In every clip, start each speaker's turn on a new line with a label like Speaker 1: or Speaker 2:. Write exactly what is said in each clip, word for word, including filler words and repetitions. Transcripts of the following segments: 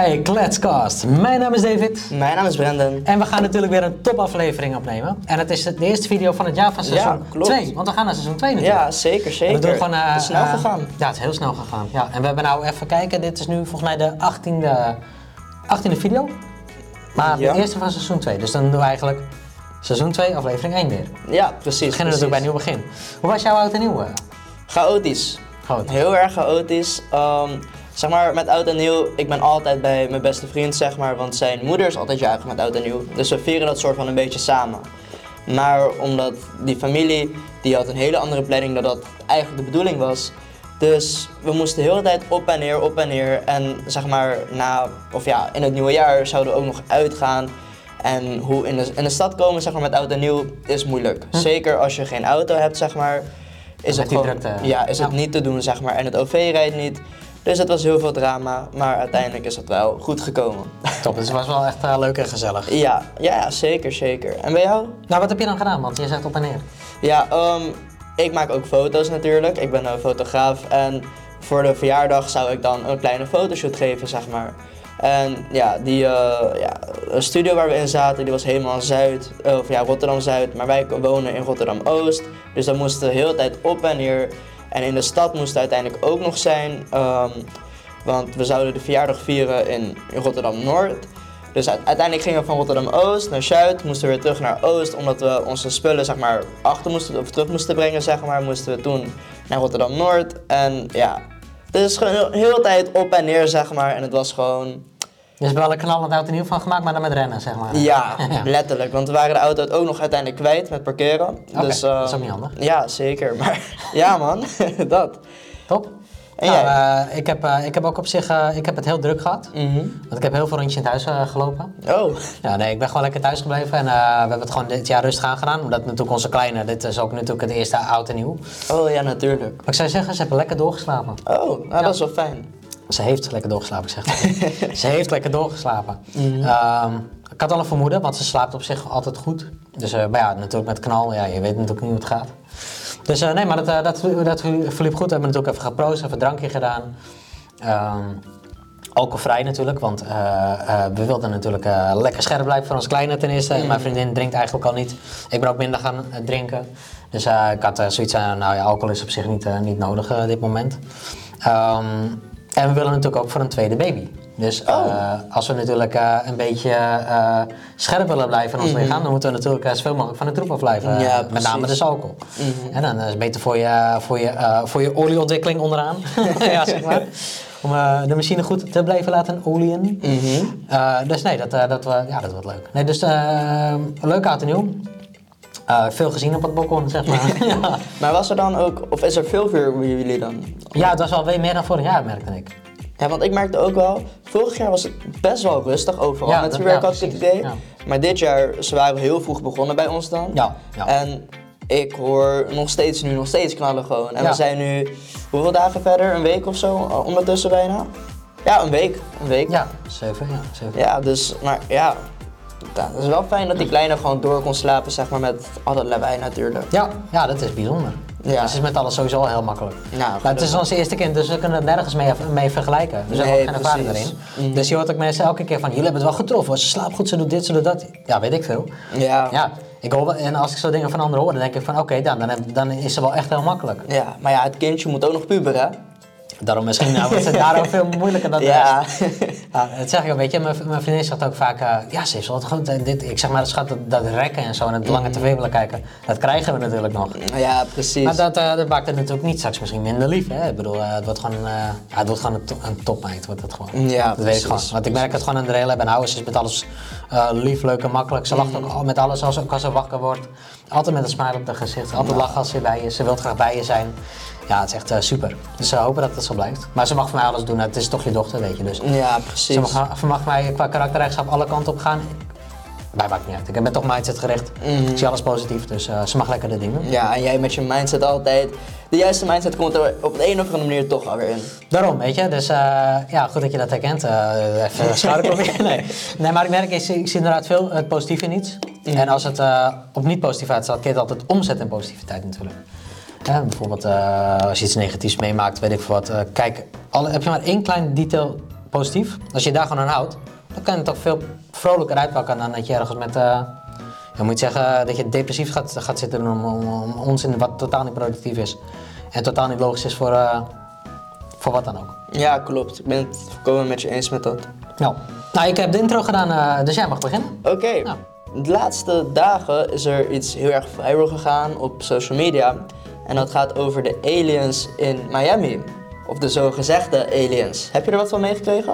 Speaker 1: bij Kletscast. Mijn naam is David.
Speaker 2: Mijn naam is Brendan.
Speaker 1: En we gaan natuurlijk weer een topaflevering opnemen. En het is de eerste video van het jaar van seizoen twee. Want we gaan naar seizoen twee natuurlijk.
Speaker 2: Ja, zeker, zeker.
Speaker 1: We doen gewoon, uh,
Speaker 2: het is snel
Speaker 1: uh,
Speaker 2: gegaan.
Speaker 1: Ja, het is heel snel gegaan. Ja. En we hebben nou even kijken. Dit is nu volgens mij de achttiende, achttiende video. Maar
Speaker 2: Ja.
Speaker 1: de eerste van seizoen twee. Dus dan doen we eigenlijk seizoen twee, aflevering één weer. We
Speaker 2: Ja, precies.
Speaker 1: beginnen natuurlijk bij een nieuw begin. Hoe was jouw oud en nieuw? Uh?
Speaker 2: Chaotisch.
Speaker 1: Goed.
Speaker 2: Heel erg chaotisch. Um, zeg maar, met oud en nieuw, ik ben altijd bij mijn beste vriend, zeg maar, want zijn moeder is altijd jarig met oud en nieuw. Dus we vieren dat soort van een beetje samen. Maar omdat die familie, die had een hele andere planning dan dat eigenlijk de bedoeling was. Dus we moesten de hele tijd op en neer, op en neer. En zeg maar, na, of ja, in het nieuwe jaar zouden we ook nog uitgaan. En hoe in de, in de stad komen, zeg maar, met oud en nieuw is moeilijk.
Speaker 1: Hm.
Speaker 2: Zeker als je geen auto hebt, zeg maar. Is
Speaker 1: Dan
Speaker 2: het,
Speaker 1: heb je
Speaker 2: gewoon,
Speaker 1: drukte.
Speaker 2: ja, is het
Speaker 1: Ja.
Speaker 2: niet te doen, zeg maar. En het O V rijdt niet. Dus het was heel veel drama, maar uiteindelijk is het wel goed gekomen.
Speaker 1: Top, dus het was wel echt uh, leuk en gezellig.
Speaker 2: Ja, ja, ja, zeker, zeker. En bij jou?
Speaker 1: Nou, wat heb je dan gedaan? Want je zegt op en neer.
Speaker 2: Ja, um, ik maak ook foto's natuurlijk. Ik ben een fotograaf en voor de verjaardag zou ik dan een kleine fotoshoot geven, zeg maar. En ja, die uh, ja, studio waar we in zaten, die was helemaal Zuid, uh, of ja, Rotterdam-Zuid, maar wij wonen in Rotterdam-Oost. Dus dan moesten we de hele tijd op en neer. En in de stad moesten we uiteindelijk ook nog zijn, um, want we zouden de verjaardag vieren in, in Rotterdam-Noord. Dus uiteindelijk gingen we van Rotterdam-Oost naar Zuid, moesten we weer terug naar Oost, omdat we onze spullen, zeg maar, achter moesten, of terug moesten brengen, zeg maar, moesten we toen naar Rotterdam-Noord. En ja, dus gewoon heel, heel de tijd op en neer, zeg maar, en het was gewoon...
Speaker 1: Dus je hebt wel een knallend oud en nieuw van gemaakt, maar dan met rennen, zeg maar.
Speaker 2: Ja, letterlijk, want we waren de auto ook nog uiteindelijk kwijt met parkeren.
Speaker 1: Oké,
Speaker 2: dus,
Speaker 1: dat is
Speaker 2: uh,
Speaker 1: ook niet handig.
Speaker 2: Ja, zeker, maar ja man, dat.
Speaker 1: Top.
Speaker 2: En
Speaker 1: nou,
Speaker 2: jij?
Speaker 1: uh, ik, heb, uh, ik heb ook op zich, uh, ik heb het heel druk gehad.
Speaker 2: Mm-hmm.
Speaker 1: Want ik heb heel veel rondjes in het huis uh, gelopen.
Speaker 2: Oh.
Speaker 1: Ja, nee, ik ben gewoon lekker thuis gebleven en uh, we hebben het gewoon dit jaar rustig aangedaan. Omdat natuurlijk onze kleine, dit is ook natuurlijk het eerste oud en nieuw.
Speaker 2: Oh ja, natuurlijk.
Speaker 1: Maar ik zou zeggen, ze hebben lekker doorgeslapen.
Speaker 2: Oh, nou,
Speaker 1: Ja.
Speaker 2: dat is wel fijn.
Speaker 1: Ze heeft lekker doorgeslapen, ik zeg het. Ze heeft lekker doorgeslapen.
Speaker 2: Mhm.
Speaker 1: Um, ik had al een vermoeden, want ze slaapt op zich altijd goed. Dus uh, maar ja, natuurlijk met knal, ja, je weet natuurlijk niet hoe het gaat. Dus uh, nee, maar dat, uh, dat, dat verliep goed. We hebben natuurlijk even geproost, even een drankje gedaan. Um, alcoholvrij natuurlijk, want uh, uh, we wilden natuurlijk uh, lekker scherp blijven voor ons kleine ten eerste.
Speaker 2: Mm.
Speaker 1: Mijn vriendin drinkt eigenlijk al niet. Ik ben ook minder gaan uh, drinken. Dus uh, ik had uh, zoiets van, nou ja, alcohol is op zich niet, uh, niet nodig uh, dit moment. Um, en we willen natuurlijk ook voor een tweede baby. Dus uh,
Speaker 2: Oh.
Speaker 1: als we natuurlijk uh, een beetje uh, scherp willen blijven in ons
Speaker 2: Mhm.
Speaker 1: lichaam, dan moeten we natuurlijk uh, zoveel mogelijk van de troep afblijven.
Speaker 2: Ja,
Speaker 1: uh, met name
Speaker 2: precies.
Speaker 1: dus alcohol.
Speaker 2: Mhm.
Speaker 1: En dan is het beter voor je, voor je, uh, voor je olieontwikkeling onderaan. Ja, zeg maar. Om uh, de machine goed te blijven laten olieën.
Speaker 2: Mhm.
Speaker 1: Uh, dus nee, dat, uh, dat, uh, ja, dat wordt leuk. Nee, dus uh, leuk oud en nieuw. Uh, veel gezien op het balkon, zeg maar. Ja.
Speaker 2: Maar was er dan ook, of is er veel vuur bij jullie dan?
Speaker 1: Ja, het was wel weer meer dan vorig jaar, merkte ik.
Speaker 2: Ja, want ik merkte ook wel, vorig jaar was het best wel rustig overal
Speaker 1: Ja,
Speaker 2: met
Speaker 1: dat-
Speaker 2: vuurwerk,
Speaker 1: ja,
Speaker 2: had ik het
Speaker 1: precies.
Speaker 2: idee.
Speaker 1: Ja.
Speaker 2: Maar dit jaar, ze waren heel vroeg begonnen bij ons dan.
Speaker 1: Ja, ja.
Speaker 2: En ik hoor nog steeds nu, nog steeds knallen gewoon. En
Speaker 1: Ja.
Speaker 2: we zijn nu, hoeveel dagen verder? Een week of zo, uh, ondertussen bijna? Ja, een week. Een week.
Speaker 1: Ja, zeven, ja, zeven.
Speaker 2: Ja, dus, maar ja, ja, het is wel fijn dat die kleine gewoon door kon slapen, zeg maar, met al dat lawaai natuurlijk.
Speaker 1: Ja, ja, dat is bijzonder.
Speaker 2: Ja.
Speaker 1: Dus het is met alles sowieso al heel makkelijk.
Speaker 2: Nou,
Speaker 1: Maar het is ons eerste kind, dus we kunnen het nergens mee, mee vergelijken. Dus we
Speaker 2: Nee,
Speaker 1: hebben ook geen ervaring
Speaker 2: precies.
Speaker 1: erin.
Speaker 2: Mhm.
Speaker 1: Dus je hoort ook mensen elke keer van, jullie hebben het wel getroffen. Ze slaapt goed, ze doet dit, ze doet dat. Ja, weet ik veel.
Speaker 2: Ja.
Speaker 1: Ja, ik hoor, wel- en als ik zo dingen van anderen hoor, dan denk ik van, oké, dan, dan, heb- dan is ze wel echt heel makkelijk.
Speaker 2: Ja, maar ja, het kindje moet ook nog puberen.
Speaker 1: Daarom misschien nou, wordt het daarom veel moeilijker dan de
Speaker 2: Ja.
Speaker 1: rest. Ja, dat zeg ik ook, weet je. Mijn, mijn vriendin zegt ook vaak, uh, ja, ze heeft wel goed. En dit, ik zeg maar, schat, dat, dat rekken en zo en het lange tv willen kijken, dat krijgen we natuurlijk nog.
Speaker 2: Ja, precies.
Speaker 1: Maar dat, uh, dat maakt het natuurlijk niet straks misschien minder lief, hè. Ik bedoel, uh, het wordt gewoon, uh, ja, het wordt gewoon een, to een topmeid, wordt het gewoon.
Speaker 2: Ja,
Speaker 1: dat weet
Speaker 2: precies.
Speaker 1: ik gewoon. Want ik merk het gewoon aan de hele. En Houwers is met alles uh, lief, leuk en makkelijk. Ze lacht ook al met alles, als, ook als ze wakker wordt. Altijd met een smile op haar gezicht, altijd lachen als ze bij je is. Ze wil graag bij je zijn. Ja, het is echt uh, super. Dus we uh, hopen dat het zo blijft. Maar ze mag voor mij alles doen, het is toch je dochter, weet je. Dus
Speaker 2: Ja, precies.
Speaker 1: ze mag, ze mag mij qua karaktereigenschap alle kanten op gaan. Mij maakt niet uit. Ik ben toch mindset gericht.
Speaker 2: Mhm.
Speaker 1: Ik zie alles positief, dus uh, ze mag lekker de dingen doen.
Speaker 2: Ja, en jij met je mindset altijd. De juiste mindset komt er op de een of andere manier toch alweer in.
Speaker 1: Daarom, weet je. Dus uh, ja, goed dat je dat herkent. Uh, even een schouderklopje. nee. nee, maar ik merk, ik zie, ik zie inderdaad veel het positieve in iets.
Speaker 2: Mhm.
Speaker 1: En als het uh, op niet positiviteit staat, kun je het altijd omzetten in positiviteit natuurlijk. Ja, bijvoorbeeld uh, als je iets negatiefs meemaakt, weet ik veel wat. Uh, kijk, alle, heb je maar één klein detail positief. Als je daar gewoon aan houdt, dan kan je het toch veel vrolijker uitpakken dan dat je ergens met... Uh, je moet zeggen dat je depressief gaat, gaat zitten om, om, om onzin wat totaal niet productief is. En totaal niet logisch is voor, uh, voor wat dan ook.
Speaker 2: Ja, klopt. Ik ben het volkomen met je eens met dat.
Speaker 1: Nou, nou ik heb de intro gedaan, uh, dus jij mag beginnen.
Speaker 2: Oké. Okay.
Speaker 1: Nou.
Speaker 2: De laatste dagen is er iets heel erg viral gegaan op social media. En dat gaat over de aliens in Miami. Of de zogezegde aliens. Heb je er wat van meegekregen?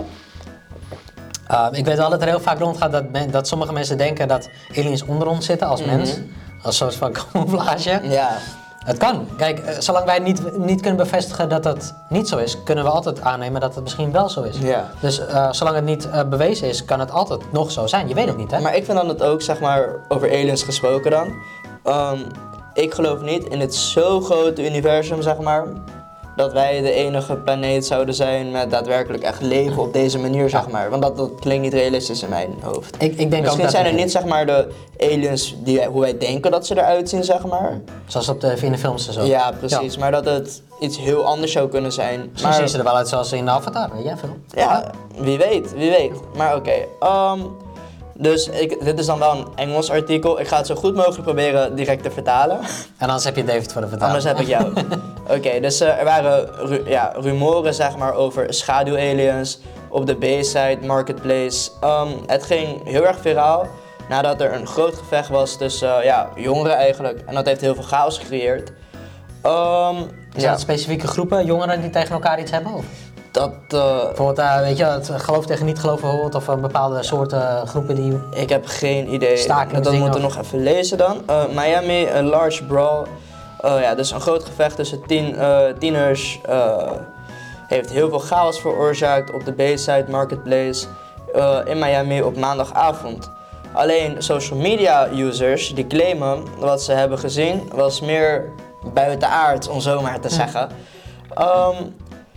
Speaker 1: Uh, ik weet wel dat er heel vaak rondgaat dat, men, dat sommige mensen denken dat aliens onder ons zitten als mm-hmm. mens. Als soort van camouflage.
Speaker 2: Ja.
Speaker 1: Het kan. Kijk, uh, zolang wij niet, niet kunnen bevestigen dat dat niet zo is, kunnen we altijd aannemen dat het misschien wel zo is.
Speaker 2: Ja.
Speaker 1: Dus uh, zolang het niet uh, bewezen is, kan het altijd nog zo zijn. Je weet het niet, hè?
Speaker 2: Maar ik vind dan het ook, zeg maar, over aliens gesproken dan. Um, ik geloof niet in het zo grote universum, zeg maar, dat wij de enige planeet zouden zijn met daadwerkelijk echt leven op deze manier, zeg maar. Want dat, dat klinkt niet realistisch in mijn hoofd.
Speaker 1: Ik, ik denk
Speaker 2: Misschien
Speaker 1: ook
Speaker 2: zijn
Speaker 1: dat
Speaker 2: er niet, zeg maar, de aliens die, hoe wij denken dat ze eruit zien, zeg maar.
Speaker 1: Zoals op de, in de films en zo.
Speaker 2: Ja, precies. Ja. Maar dat het iets heel anders zou kunnen zijn.
Speaker 1: Misschien
Speaker 2: maar...
Speaker 1: zien ze er wel uit zoals in de Avatar, weet jij veel?
Speaker 2: Ja, wie weet, wie weet. Maar oké. Okay. Um, Dus ik, dit is dan wel een Engels artikel. Ik ga het zo goed mogelijk proberen direct te vertalen.
Speaker 1: En anders heb je David voor de vertaling.
Speaker 2: Anders heb ik jou. Oké, okay, dus uh, er waren ru ja, rumoren, zeg maar, over schaduw-aliens op de Bayside Marketplace. Um, het ging heel erg viraal nadat er een groot gevecht was tussen uh, ja, jongeren eigenlijk. En dat heeft heel veel chaos gecreëerd. Um,
Speaker 1: Zijn
Speaker 2: ja.
Speaker 1: het specifieke groepen jongeren die tegen elkaar iets hebben? Of?
Speaker 2: Dat, uh,
Speaker 1: bijvoorbeeld, uh, weet je, het geloof tegen niet geloven bijvoorbeeld, of uh, bepaalde soorten uh, groepen die...
Speaker 2: Ik heb geen idee.
Speaker 1: Staken,
Speaker 2: dat moeten we
Speaker 1: of...
Speaker 2: nog even lezen dan. Uh, Miami, a large brawl. Uh, ja, dus een groot gevecht tussen tien, uh, tieners. Uh, heeft heel veel chaos veroorzaakt op de Bayside Marketplace uh, in Miami op maandagavond. Alleen social media users die claimen wat ze hebben gezien was meer buitenaard, om zo maar te zeggen. Um,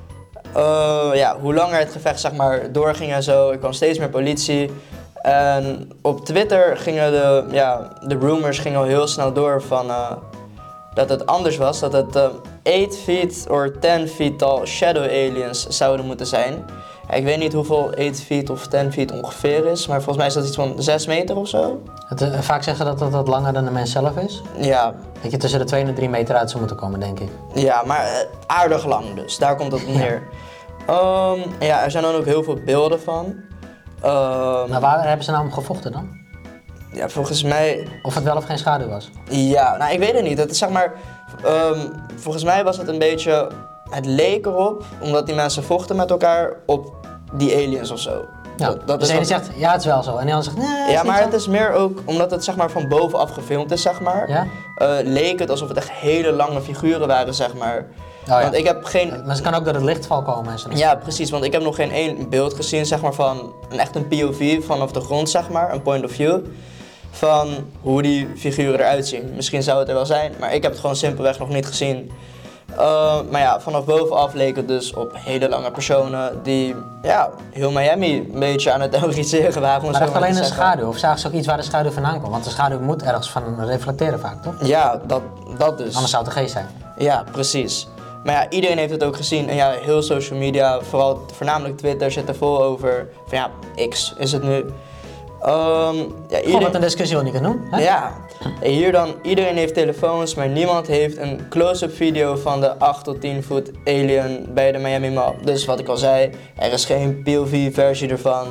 Speaker 2: Uh, ja, hoe langer het gevecht, zeg maar, doorging en zo, er kwam steeds meer politie. En op Twitter gingen de, ja, de rumors gingen al heel snel door van uh, dat het anders was. Dat het uh, eight feet of ten feet tall shadow aliens zouden moeten zijn. Ja, ik weet niet hoeveel eight feet of ten feet ongeveer is, maar volgens mij is dat iets van zes meter of zo.
Speaker 1: Het, uh, vaak zeggen dat dat wat langer dan de mens zelf is.
Speaker 2: Ja.
Speaker 1: Dat je tussen de twee en de drie meter uit zou moeten komen, denk ik.
Speaker 2: Ja, maar uh, aardig lang dus, daar komt het neer. Ja. Um, ja, er zijn dan ook heel veel beelden van. Um,
Speaker 1: maar waar hebben ze nou om gevochten dan?
Speaker 2: Ja, volgens mij...
Speaker 1: Of het wel of geen schaduw was?
Speaker 2: Ja, nou ik weet het niet. Het is, zeg maar, um, volgens mij was het een beetje... Het leek erop, omdat die mensen vochten met elkaar, op die aliens of zo.
Speaker 1: Ja,
Speaker 2: dat, dat
Speaker 1: dus
Speaker 2: is
Speaker 1: de ene
Speaker 2: dat...
Speaker 1: zegt, ja het is wel zo. En de ander zegt, nee
Speaker 2: Ja, maar
Speaker 1: zo.
Speaker 2: het is meer ook, omdat het zeg maar van bovenaf gefilmd is, zeg maar.
Speaker 1: Ja?
Speaker 2: Uh, leek het alsof het echt hele lange figuren waren, zeg maar.
Speaker 1: Oh, ja.
Speaker 2: Want ik heb geen...
Speaker 1: Maar het kan ook door het lichtval komen en zo.
Speaker 2: Ja, precies, want ik heb nog geen één beeld gezien, zeg maar, van een echt een P O V vanaf de grond, zeg maar, een point of view. Van hoe die figuren eruit zien. Misschien zou het er wel zijn, maar ik heb het gewoon simpelweg nog niet gezien. Uh, maar ja, vanaf bovenaf leek het dus op hele lange personen die, ja, heel Miami een beetje aan het terroriseren waren.
Speaker 1: Maar echt alleen een schaduw? Of zagen ze ook iets waar de schaduw vandaan kwam? Want de schaduw moet ergens van reflecteren vaak, toch?
Speaker 2: Ja, dat, dat dus.
Speaker 1: Anders zou het de geest zijn.
Speaker 2: Ja, precies. Maar ja, iedereen heeft het ook gezien. En ja, heel social media, vooral voornamelijk Twitter, zit er vol over. Van ja, X is het nu. Um, ja, iedereen...
Speaker 1: Gewoon wat een discussie wil niet kunnen doen. Hè?
Speaker 2: Ja, en hier dan, iedereen heeft telefoons, maar niemand heeft een close-up video van de acht tot tien voet alien bij de Miami Mall. Dus wat ik al zei, er is geen P O V versie ervan.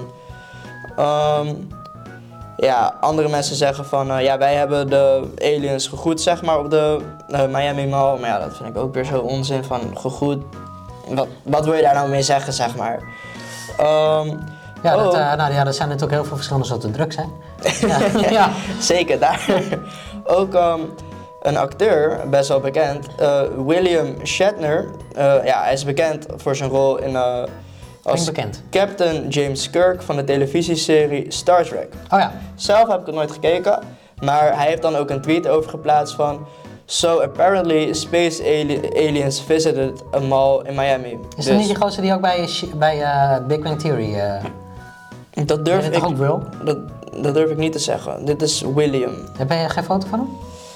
Speaker 2: Um, ja, andere mensen zeggen van, uh, ja, wij hebben de aliens gegroet, zeg maar, op de uh, Miami Mall. Maar ja, dat vind ik ook weer zo onzin van gegroet. Wat, wat wil je daar nou mee zeggen, zeg maar? Um,
Speaker 1: Ja, dat,
Speaker 2: oh.
Speaker 1: uh, nou, ja, er zijn natuurlijk heel veel verschillende soorten drugs, hè? Ja. Ja.
Speaker 2: Zeker, daar. Ook um, een acteur, best wel bekend, uh, William Shatner. Uh, ja, hij is bekend voor zijn rol in, uh, als
Speaker 1: bekend.
Speaker 2: Captain James Kirk van de televisieserie Star Trek.
Speaker 1: Oh ja.
Speaker 2: Zelf heb ik het nooit gekeken, maar hij heeft dan ook een tweet over geplaatst van... So apparently space ali aliens visited a mall in Miami.
Speaker 1: Is
Speaker 2: dus...
Speaker 1: dat niet die gozer die ook bij, bij uh, Big Bang Theory... Uh...
Speaker 2: Dat durf
Speaker 1: ik...
Speaker 2: ik...
Speaker 1: ook Will?
Speaker 2: Dat, dat durf ik niet te zeggen. Dit is William.
Speaker 1: Heb je geen foto van hem?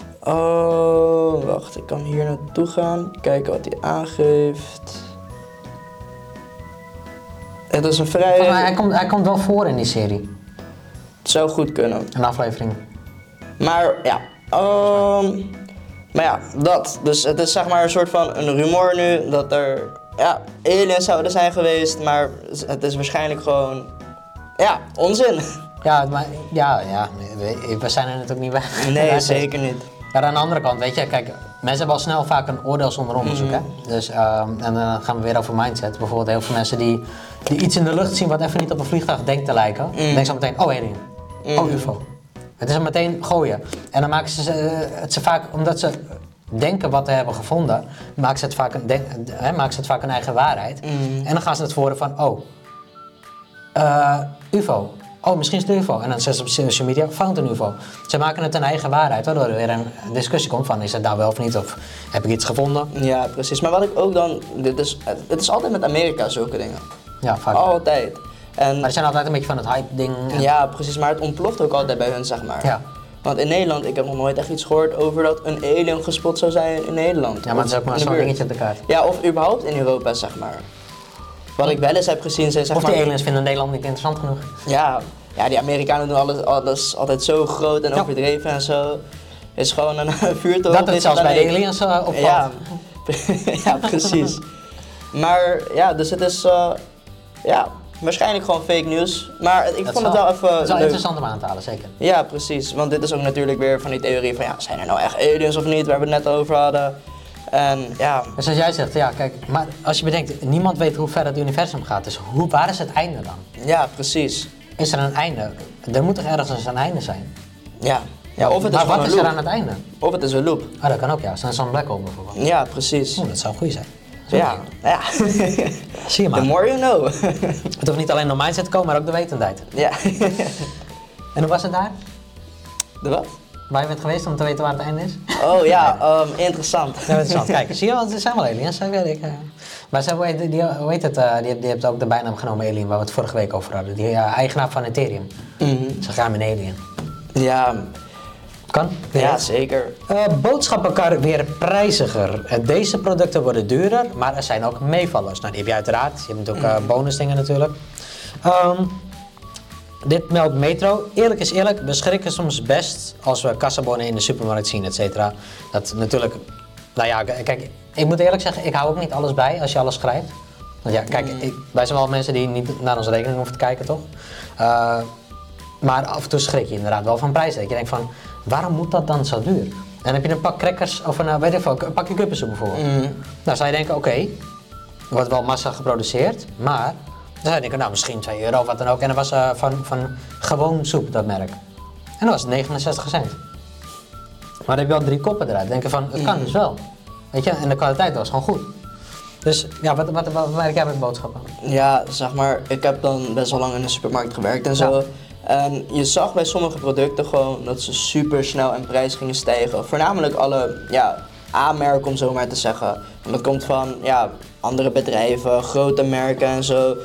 Speaker 2: Oh, wacht. Ik kan hier naartoe gaan. Kijken wat hij aangeeft. Het is een vrij...
Speaker 1: Volgens mij, hij, komt, hij komt wel voor in die serie.
Speaker 2: Het zou goed kunnen.
Speaker 1: Een aflevering.
Speaker 2: Maar ja, ehm, maar ja, dat. Dus het is zeg maar een soort van een rumor nu dat er ja, aliens zouden zijn geweest, maar het is waarschijnlijk gewoon, ja, onzin.
Speaker 1: Ja, maar, ja, ja, we, we zijn er natuurlijk niet bij.
Speaker 2: Nee, zeker niet.
Speaker 1: Maar aan de andere kant, weet je, kijk, mensen hebben al snel vaak een oordeel zonder onderzoek,
Speaker 2: Mm.
Speaker 1: hè. Dus, ehm, en dan gaan we weer over mindset. Bijvoorbeeld heel veel mensen die, die iets in de lucht zien wat even niet op een vliegtuig denkt te lijken.
Speaker 2: Mm.
Speaker 1: Denken ze meteen, oh alien,
Speaker 2: Mm.
Speaker 1: oh U F O. Het is er meteen gooien. En dan maken ze uh, het ze vaak, omdat ze denken wat ze hebben gevonden, maken ze het vaak een, denk, hè, maken ze het vaak een eigen waarheid.
Speaker 2: Mm.
Speaker 1: En dan gaan ze het voeren van, oh, uh, U F O. Oh, misschien is het een U F O. En dan zetten ze op social media, found een U F O. Ze maken het een eigen waarheid, waardoor er weer een discussie komt van, is het nou wel of niet, of heb ik iets gevonden?
Speaker 2: Ja, precies. Maar wat ik ook dan, dit is, het is altijd met Amerika zulke dingen.
Speaker 1: Ja, vaak.
Speaker 2: Altijd. En,
Speaker 1: Maar die zijn altijd een beetje van het hype-ding. en-
Speaker 2: ja, precies. Maar het ontploft ook altijd bij hun, zeg maar.
Speaker 1: Ja.
Speaker 2: Want in Nederland, ik heb nog nooit echt iets gehoord over dat een alien gespot zou zijn in Nederland.
Speaker 1: Ja, maar het is ook maar
Speaker 2: in de
Speaker 1: zo'n
Speaker 2: buurt.
Speaker 1: dingetje op de kaart.
Speaker 2: Ja, of überhaupt in Europa, zeg maar. Wat ik wel eens heb gezien zijn, zeg
Speaker 1: Of die
Speaker 2: maar...
Speaker 1: aliens vinden Nederland niet interessant genoeg.
Speaker 2: Ja, ja, die Amerikanen doen alles, alles altijd zo groot en
Speaker 1: Ja.
Speaker 2: overdreven en zo. Het is gewoon een vuurtoren.
Speaker 1: Dat
Speaker 2: op
Speaker 1: het
Speaker 2: deze
Speaker 1: zelfs bij de
Speaker 2: planeet.
Speaker 1: aliens uh, opvalt.
Speaker 2: Ja, ja, precies. Maar ja, dus het is uh, ja, waarschijnlijk gewoon fake news. Maar ik
Speaker 1: Dat
Speaker 2: vond
Speaker 1: is
Speaker 2: het wel even
Speaker 1: Het is wel
Speaker 2: leuk.
Speaker 1: interessant om aan te halen, zeker.
Speaker 2: Ja, precies. Want dit is ook natuurlijk weer van die theorie van ja, zijn er nou echt aliens of niet, waar we het net over hadden. En ja,
Speaker 1: Dus als jij zegt, ja kijk, maar als je bedenkt, niemand weet hoe ver het universum gaat. Dus hoe, waar is het einde dan?
Speaker 2: ja, precies.
Speaker 1: Is er een einde? Er moet toch ergens een einde zijn?
Speaker 2: Ja, ja of het is
Speaker 1: maar
Speaker 2: gewoon
Speaker 1: wat
Speaker 2: een
Speaker 1: is er
Speaker 2: loop.
Speaker 1: aan het einde?
Speaker 2: Of het is een loop.
Speaker 1: Ah, dat kan ook, ja. Zo'n black hole bijvoorbeeld.
Speaker 2: Ja, precies.
Speaker 1: Oeh, dat zou goed zijn. Zo
Speaker 2: Ja, ja.
Speaker 1: zie je maar.
Speaker 2: The more you know.
Speaker 1: Het hoeft niet alleen door mindset te komen, maar ook de wetendheid.
Speaker 2: Ja.
Speaker 1: En hoe was het daar?
Speaker 2: De wat?
Speaker 1: Waar je bent geweest om te weten waar het einde is?
Speaker 2: Oh ja, um, interessant.
Speaker 1: Ja, interessant. Kijk, zie je wel, er zijn wel aliens, dat weet ik. eh. Maar ze, hoe heet, die, hoe heet het, uh, die, die heeft ook de bijnaam genomen alien, waar we het vorige week over hadden. Die uh, eigenaar van Ethereum.
Speaker 2: Mhm.
Speaker 1: Ze gaan met een alien.
Speaker 2: Ja,
Speaker 1: Kan?
Speaker 2: ja, zeker.
Speaker 1: Uh, boodschappenkar weer prijziger. Uh, deze producten worden duurder, maar er zijn ook meevallers. Nou, die heb je uiteraard. Je hebt natuurlijk uh, bonusdingen natuurlijk. Um, dit meldt Metro. Eerlijk is eerlijk, we schrikken soms best als we kassabonnen in de supermarkt zien, et cetera. Dat natuurlijk, nou ja, k- kijk, ik moet eerlijk zeggen, ik hou ook niet alles bij als je alles schrijft. Want ja, kijk, ik, wij zijn wel mensen die niet naar onze rekening hoeven te kijken, toch? Uh, maar af en toe schrik je inderdaad wel van prijzen. Dat je denkt van, waarom moet dat dan zo duur? En dan heb je een pak crackers of een, uh, weet ik veel, een pakje kuppensoep bijvoorbeeld.
Speaker 2: Mhm.
Speaker 1: Nou zou je denken, oké, er wordt wel massa geproduceerd, maar dan zou je denken, nou misschien twee euro of wat dan ook. En dat was uh, van, van gewoon soep, dat merk. En dat was negenenzestig cent. Maar dan heb je al drie koppen eruit. Dan denk je van, het kan dus wel. Weet je, en de kwaliteit was gewoon goed. Dus ja, wat, wat, wat merk jij met boodschappen?
Speaker 2: Ja, zeg maar, ik heb dan best wel lang in de supermarkt gewerkt en zo.
Speaker 1: Ja.
Speaker 2: En je zag bij sommige producten gewoon dat ze super snel in prijs gingen stijgen. Voornamelijk alle ja, A-merken, om zo maar te zeggen. Want dat komt van ja, andere bedrijven, grote merken en zo.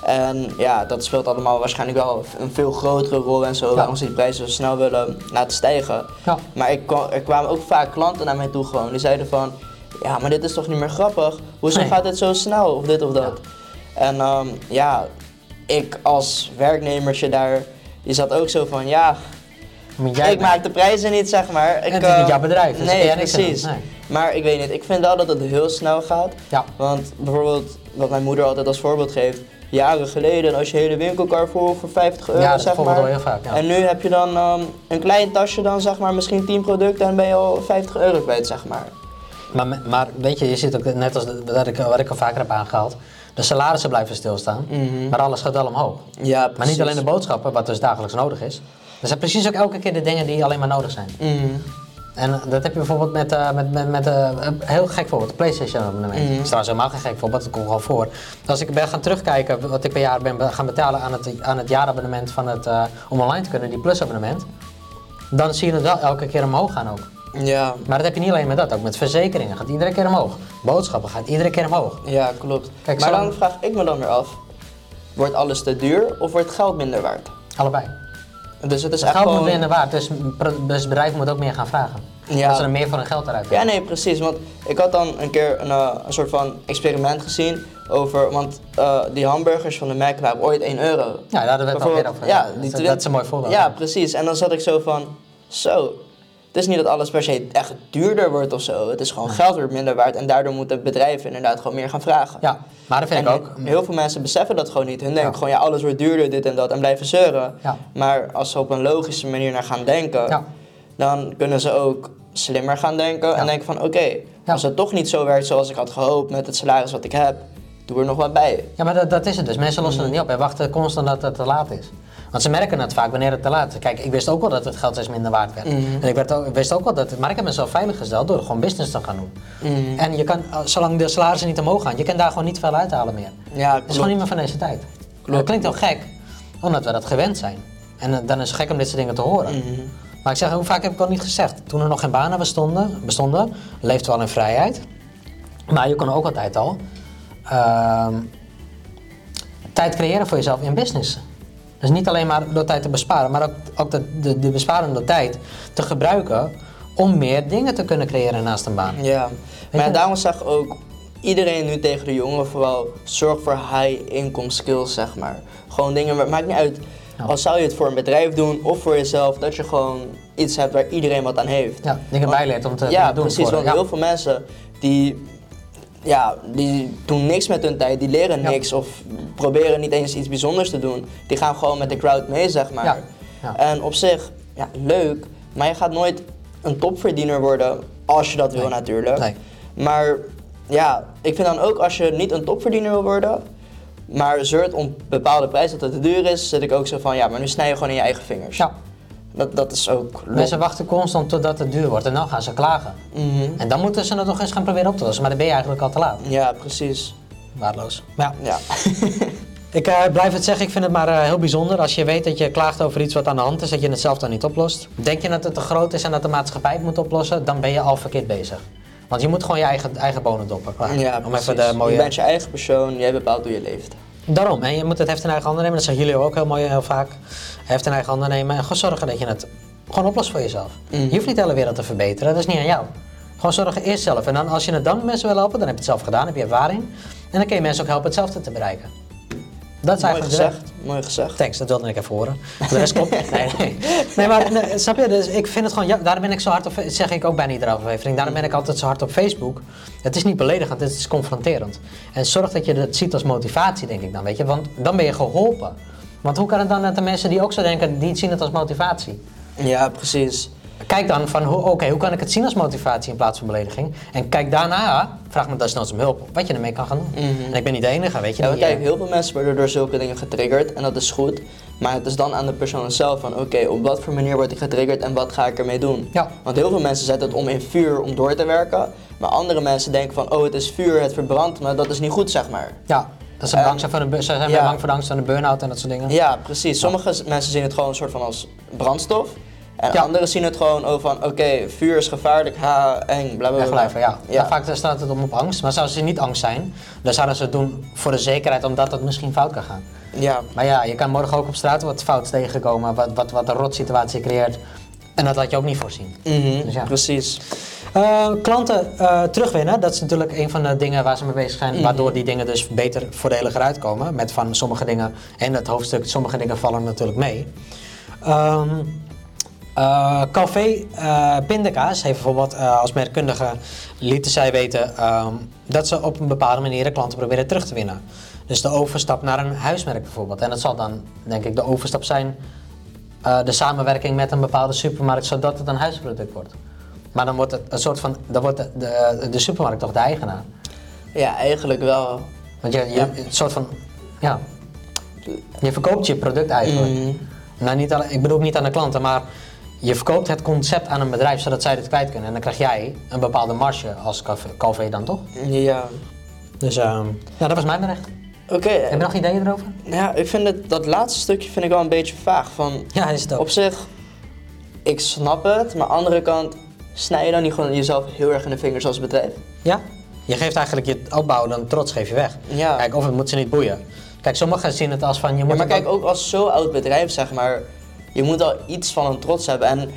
Speaker 2: En ja, dat speelt allemaal waarschijnlijk wel een veel grotere rol en zo,
Speaker 1: Ja.
Speaker 2: waarom ze die prijzen zo snel willen laten stijgen.
Speaker 1: Ja.
Speaker 2: Maar ik kwam, er kwamen ook vaak klanten naar mij toe gewoon, die zeiden van, ja, maar dit is toch niet meer grappig? Hoezo
Speaker 1: Nee.
Speaker 2: gaat dit zo snel, of dit of dat? En um, ja, ik als werknemertje daar, die zat ook zo van, ja,
Speaker 1: Moet jij
Speaker 2: ik maak de prijzen niet, zeg maar. Ik,
Speaker 1: het is niet
Speaker 2: uh,
Speaker 1: jouw bedrijf, dus
Speaker 2: nee,
Speaker 1: kun jij niks aan
Speaker 2: precies.
Speaker 1: doen, nee.
Speaker 2: Maar ik weet niet, ik vind wel dat het heel snel gaat.
Speaker 1: Ja.
Speaker 2: Want bijvoorbeeld, wat mijn moeder altijd als voorbeeld geeft, jaren geleden als je hele winkelkar vol voor vijftig euro,
Speaker 1: Ja, dat
Speaker 2: zeg
Speaker 1: voorbeeld
Speaker 2: maar.
Speaker 1: hoor je heel vaak, ja.
Speaker 2: En nu heb je dan um, een klein tasje dan, zeg maar, misschien tien producten en ben je al vijftig euro kwijt, zeg maar.
Speaker 1: Maar, maar weet je, je ziet ook net als de, wat, ik, wat ik al vaker heb aangehaald, de salarissen blijven stilstaan,
Speaker 2: Mhm.
Speaker 1: maar alles gaat wel omhoog.
Speaker 2: Ja,
Speaker 1: Maar
Speaker 2: precies.
Speaker 1: niet alleen de boodschappen, wat dus dagelijks nodig is. Er zijn precies ook elke keer de dingen die alleen maar nodig zijn.
Speaker 2: Mhm.
Speaker 1: En dat heb je bijvoorbeeld met, uh, met, met, met uh, een heel gek voorbeeld, de PlayStation abonnement.
Speaker 2: Mhm.
Speaker 1: Dat is trouwens helemaal geen gek voorbeeld, dat komt gewoon voor. Als ik ben gaan terugkijken wat ik per jaar ben be- gaan betalen aan het, aan het jaarabonnement van het, uh, om online te kunnen, die Plus abonnement, dan zie je het wel elke keer omhoog gaan ook.
Speaker 2: Ja,
Speaker 1: Maar dat heb je niet alleen met dat, ook met verzekeringen gaat iedere keer omhoog. Boodschappen gaat iedere keer omhoog.
Speaker 2: ja, klopt.
Speaker 1: Kijk,
Speaker 2: maar
Speaker 1: zo-
Speaker 2: dan vraag ik me dan weer af, wordt alles te duur of wordt geld minder waard?
Speaker 1: Allebei.
Speaker 2: Dus het is
Speaker 1: Het
Speaker 2: echt
Speaker 1: geld
Speaker 2: gewoon...
Speaker 1: moet minder waard, dus, pro- dus het bedrijf moet ook meer gaan vragen.
Speaker 2: Ja.
Speaker 1: Dat ze er meer voor hun geld eruit
Speaker 2: Ja,
Speaker 1: halen.
Speaker 2: nee, precies. Want ik had dan een keer een, uh, een soort van experiment gezien over, want uh, die hamburgers van de Mac waren ooit één euro.
Speaker 1: Ja, daar hadden we het al
Speaker 2: Bijvoorbeeld,
Speaker 1: eerder over.
Speaker 2: ja,
Speaker 1: dat,
Speaker 2: die
Speaker 1: dat,
Speaker 2: twin-
Speaker 1: dat is een mooi voorbeeld.
Speaker 2: Ja, precies. En dan zat ik zo van, zo, het is niet dat alles per se echt duurder wordt of zo. Het is gewoon geld wordt minder waard en daardoor moeten bedrijven inderdaad gewoon meer gaan vragen.
Speaker 1: Ja, maar dat vind
Speaker 2: En
Speaker 1: ik ook.
Speaker 2: heel veel mensen beseffen dat gewoon niet. Hun denken
Speaker 1: Ja.
Speaker 2: gewoon, ja, alles wordt duurder, dit en dat, en blijven zeuren.
Speaker 1: Ja.
Speaker 2: Maar als ze op een logische manier naar gaan denken,
Speaker 1: Ja.
Speaker 2: dan kunnen ze ook slimmer gaan denken.
Speaker 1: Ja.
Speaker 2: En denken van, oké,
Speaker 1: Ja.
Speaker 2: als het toch niet zo werkt zoals ik had gehoopt met het salaris wat ik heb, doe er nog wat bij.
Speaker 1: Ja, maar dat, dat is het dus. Mensen lossen
Speaker 2: Mhm.
Speaker 1: het niet op en wachten constant dat het te laat is. Want ze merken het vaak wanneer het te laat is. Kijk, ik wist ook wel dat het geld steeds minder waard werd.
Speaker 2: Mhm.
Speaker 1: En ik werd ook, wist ook wel dat het, maar ik heb mezelf veilig gesteld door gewoon business te gaan doen.
Speaker 2: Mhm.
Speaker 1: En je kan, uh, zolang de salarissen niet omhoog gaan, je kan daar gewoon niet veel uithalen meer.
Speaker 2: Ja,
Speaker 1: Het is gewoon niet meer van deze tijd. En dat klinkt heel gek, omdat we dat gewend zijn. En uh, dan is het gek om dit soort dingen te horen.
Speaker 2: Mhm.
Speaker 1: Maar ik zeg, hoe vaak heb ik al niet gezegd? Toen er nog geen banen bestonden, bestonden leefden we al in vrijheid. Maar je kon ook altijd al ehm, tijd creëren voor jezelf in business. Dus niet alleen maar door tijd te besparen, maar ook, ook de, de, de besparende tijd te gebruiken om meer dingen te kunnen creëren naast een baan.
Speaker 2: Ja, maar
Speaker 1: je-
Speaker 2: daarom zeg ik ook iedereen nu tegen de jongeren vooral, zorg voor high income skills, zeg maar. Gewoon dingen, het maakt niet uit,
Speaker 1: Ja.
Speaker 2: al zou je het voor een bedrijf doen of voor jezelf, dat je gewoon iets hebt waar iedereen wat aan heeft.
Speaker 1: Ja, dingen
Speaker 2: Want-
Speaker 1: bijleert om te
Speaker 2: Ja,
Speaker 1: kunnen doen.
Speaker 2: precies,
Speaker 1: voor-
Speaker 2: want
Speaker 1: ja.
Speaker 2: heel veel mensen die, ja, die doen niks met hun tijd, die leren
Speaker 1: Ja.
Speaker 2: niks of proberen niet eens iets bijzonders te doen. Die gaan gewoon met de crowd mee, zeg maar.
Speaker 1: Ja, ja.
Speaker 2: En op zich, ja, leuk, maar je gaat nooit een topverdiener worden als je dat wil
Speaker 1: Nee.
Speaker 2: natuurlijk.
Speaker 1: Nee.
Speaker 2: Maar ja, ik vind dan ook als je niet een topverdiener wil worden, maar zeurt om bepaalde prijs dat het te duur is, zit ik ook zo van, ja, maar nu snij je gewoon in je eigen vingers.
Speaker 1: Ja.
Speaker 2: Dat, dat is ook lol.
Speaker 1: Mensen wachten constant totdat het duur wordt en dan gaan ze klagen.
Speaker 2: Mhm.
Speaker 1: En dan moeten ze het nog eens gaan proberen op te lossen, maar dan ben je eigenlijk al te laat.
Speaker 2: Ja, precies.
Speaker 1: Waardeloos. Maar ja,
Speaker 2: Ja.
Speaker 1: ik uh, blijf het zeggen, ik vind het maar uh, heel bijzonder als je weet dat je klaagt over iets wat aan de hand is, dat je het zelf dan niet oplost. Denk je dat het te groot is en dat de maatschappij het moet oplossen, dan ben je al verkeerd bezig. Want je moet gewoon je eigen, eigen bonen doppen. Klaar.
Speaker 2: Ja,
Speaker 1: Om
Speaker 2: precies.
Speaker 1: even de mooie...
Speaker 2: Je bent je eigen persoon, jij bepaalt hoe je leeft.
Speaker 1: Daarom, en je moet het heft in eigen handen nemen, dat zeggen jullie ook heel mooi, heel vaak. Heft in eigen handen nemen en gewoon zorgen dat je het gewoon oplost voor jezelf.
Speaker 2: Mhm.
Speaker 1: Je hoeft niet de hele wereld te verbeteren, dat is niet aan jou. Gewoon zorgen eerst zelf. En dan als je het dan mensen wil helpen, dan heb je het zelf gedaan, heb je ervaring. En dan kun je mensen ook helpen hetzelfde te bereiken. Dat is
Speaker 2: Mooi
Speaker 1: eigenlijk de weg.
Speaker 2: gezegd, mooi gezegd.
Speaker 1: Thanks, dat wilde ik even horen. De rest klopt. Nee, nee. Nee, maar nee, snap je? Dus ik vind het gewoon, ja, daarom ben ik zo hard op, zeg ik ook bijna iedere aflevering, daarom ben ik altijd zo hard op Facebook. Het is niet beledigend, het is confronterend. En zorg dat je het ziet als motivatie, denk ik dan, weet je, want dan ben je geholpen. Want hoe kan het dan dat de mensen die ook zo denken, die zien het als motivatie?
Speaker 2: Ja, precies.
Speaker 1: Kijk dan van, ho- oké, hoe kan ik het zien als motivatie in plaats van belediging? En kijk daarna, vraag me desnoods om hulp, wat je ermee kan gaan doen.
Speaker 2: Mhm.
Speaker 1: En ik ben niet de enige, weet je.
Speaker 2: Ja,
Speaker 1: die,
Speaker 2: want kijk,
Speaker 1: eh,
Speaker 2: heel veel mensen worden door zulke dingen getriggerd en dat is goed. Maar het is dan aan de persoon zelf van, oké, op wat voor manier word ik getriggerd en wat ga ik ermee doen?
Speaker 1: Ja.
Speaker 2: Want heel veel mensen zetten het om in vuur om door te werken. Maar andere mensen denken van, oh, het is vuur, het verbrandt, maar dat is niet goed, zeg maar.
Speaker 1: Ja, dat ze
Speaker 2: En-
Speaker 1: bang zijn voor een, bu- ze zijn weer
Speaker 2: ja.
Speaker 1: bang voor de angst van de burn-out en dat soort dingen.
Speaker 2: Ja, precies. Sommige s- mensen zien het gewoon een soort van als brandstof. En
Speaker 1: Ja.
Speaker 2: anderen zien het gewoon oh, van, oké, vuur is gevaarlijk, ha, eng, bla bla bla.
Speaker 1: Wegblijven, ja.
Speaker 2: Ja.
Speaker 1: Maar vaak staat het om op angst. Maar zouden ze niet angst zijn, dan zouden ze het doen voor de zekerheid omdat het misschien fout kan gaan.
Speaker 2: Ja.
Speaker 1: Maar ja, je kan morgen ook op straat wat fouts tegenkomen, wat, wat, wat een rotsituatie creëert. En dat had je ook niet voorzien.
Speaker 2: Mhm,
Speaker 1: Dus ja.
Speaker 2: precies.
Speaker 1: Uh, klanten uh, terugwinnen, dat is natuurlijk een van de dingen waar ze mee bezig zijn,
Speaker 2: Mhm.
Speaker 1: waardoor die dingen dus beter voordeliger uitkomen. Met van sommige dingen, en het hoofdstuk, sommige dingen vallen natuurlijk mee. Um, Uh, Café uh, Pindakaas heeft bijvoorbeeld uh, als merkkundige lieten zij weten um, dat ze op een bepaalde manier de klanten proberen terug te winnen. Dus de overstap naar een huismerk bijvoorbeeld. En dat zal dan denk ik de overstap zijn, uh, de samenwerking met een bepaalde supermarkt, zodat het een huisproduct wordt. Maar dan wordt het een soort van, dan wordt de, de, de supermarkt toch de eigenaar.
Speaker 2: Ja, eigenlijk wel.
Speaker 1: Want je, je
Speaker 2: Ja.
Speaker 1: een soort van, ja, je verkoopt je product eigenlijk.
Speaker 2: Mhm.
Speaker 1: Nou, niet alleen, ik bedoel niet aan de klanten, maar je verkoopt het concept aan een bedrijf zodat zij dit kwijt kunnen. En dan krijg jij een bepaalde marge als Calvé dan toch?
Speaker 2: Ja.
Speaker 1: Dus uh, ja, dat was mijn bericht.
Speaker 2: Oké.
Speaker 1: Heb je nog ideeën erover?
Speaker 2: Ja, ik vind het, dat laatste stukje vind ik wel een beetje vaag. Van,
Speaker 1: Ja, is het ook.
Speaker 2: op zich, ik snap het, maar aan de andere kant, snij je dan niet gewoon jezelf heel erg in de vingers als bedrijf?
Speaker 1: Ja? Je geeft eigenlijk je opbouw, dan trots geef je weg.
Speaker 2: Ja.
Speaker 1: Kijk, of het moet ze niet boeien. Kijk, sommigen zien het als van je moet...
Speaker 2: Ja, maar
Speaker 1: het
Speaker 2: kijk, ook als zo'n oud bedrijf, zeg maar, je moet al iets van een trots hebben. En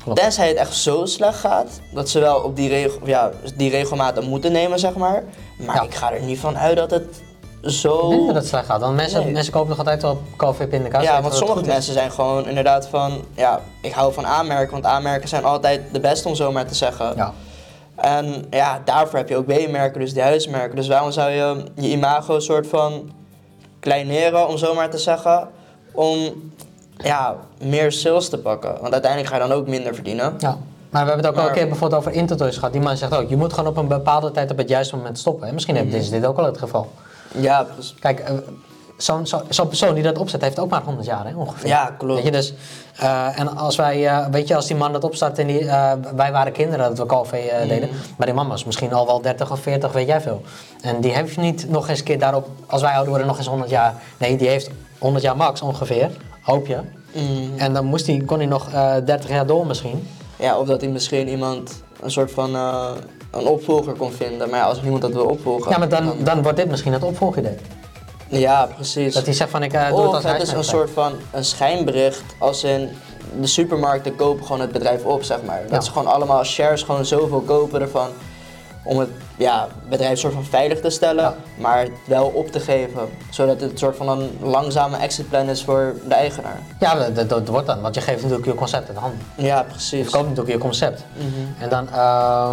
Speaker 1: klopt.
Speaker 2: Tenzij het echt zo slecht gaat, dat ze wel op die, regel, ja, die regelmaten moeten nemen, zeg maar. Maar
Speaker 1: Ja.
Speaker 2: ik ga er niet van uit dat het zo...
Speaker 1: Ik denk dat het slecht gaat, want mensen,
Speaker 2: Nee.
Speaker 1: mensen kopen nog altijd wel COVID-pindakaas.
Speaker 2: Ja,
Speaker 1: weten
Speaker 2: want
Speaker 1: dat het
Speaker 2: sommige
Speaker 1: goed is.
Speaker 2: mensen zijn gewoon inderdaad van, ja, ik hou van aanmerken, want aanmerken zijn altijd de beste om zo maar te zeggen.
Speaker 1: Ja.
Speaker 2: En ja, daarvoor heb je ook B-merken, dus die huismerken. Dus waarom zou je je imago soort van kleineren, om zo maar te zeggen, om ja, meer sales te pakken. Want uiteindelijk ga je dan ook minder verdienen.
Speaker 1: Ja. Maar we hebben het ook al
Speaker 2: Maar-
Speaker 1: een keer bijvoorbeeld over Intertoys gehad. Die man zegt ook, je moet gewoon op een bepaalde tijd op het juiste moment stoppen. En misschien
Speaker 2: Mhm.
Speaker 1: is dit ook al het geval.
Speaker 2: Ja, precies.
Speaker 1: Kijk, eh, zo'n zo, zo'n persoon die dat opzet, heeft ook maar honderd jaar, hè, ongeveer.
Speaker 2: Ja, klopt.
Speaker 1: Weet je, dus, eh, en als wij, eh, weet je, als die man dat opstart en die, eh, wij waren kinderen dat we Calvé eh, deden, maar die man was misschien al wel dertig of veertig, weet jij veel. En die heeft niet nog eens een keer daarop, als wij ouder worden, nog eens honderd jaar. Nee, die heeft honderd jaar max ongeveer, hoop je.
Speaker 2: Mm.
Speaker 1: En dan moest hij, kon hij nog eh, dertig jaar door misschien.
Speaker 2: Ja, of dat hij misschien iemand een soort van eh, een opvolger kon vinden. Maar ja, als niemand dat wil opvolgen.
Speaker 1: Ja, maar dan, dan wordt dit misschien het opvolgidee.
Speaker 2: Ja, precies.
Speaker 1: Dat hij zegt van, ik eh, doe het
Speaker 2: Of
Speaker 1: als
Speaker 2: het is een
Speaker 1: huismerk.
Speaker 2: soort van een schijnbericht, als in de supermarkten kopen gewoon het bedrijf op, zeg maar. Dat
Speaker 1: Ja.
Speaker 2: ze gewoon allemaal shares gewoon zoveel kopen ervan, om het ja, bedrijf soort van veilig te stellen,
Speaker 1: Ja.
Speaker 2: maar het wel op te geven. Zodat het een soort van een langzame exitplan is voor de eigenaar.
Speaker 1: Ja, dat, dat, dat wordt dan, want je geeft natuurlijk je concept in de handen.
Speaker 2: Ja,
Speaker 1: Je
Speaker 2: precies.
Speaker 1: verkoopt natuurlijk je concept.
Speaker 2: Mhm.
Speaker 1: En dan, ehm,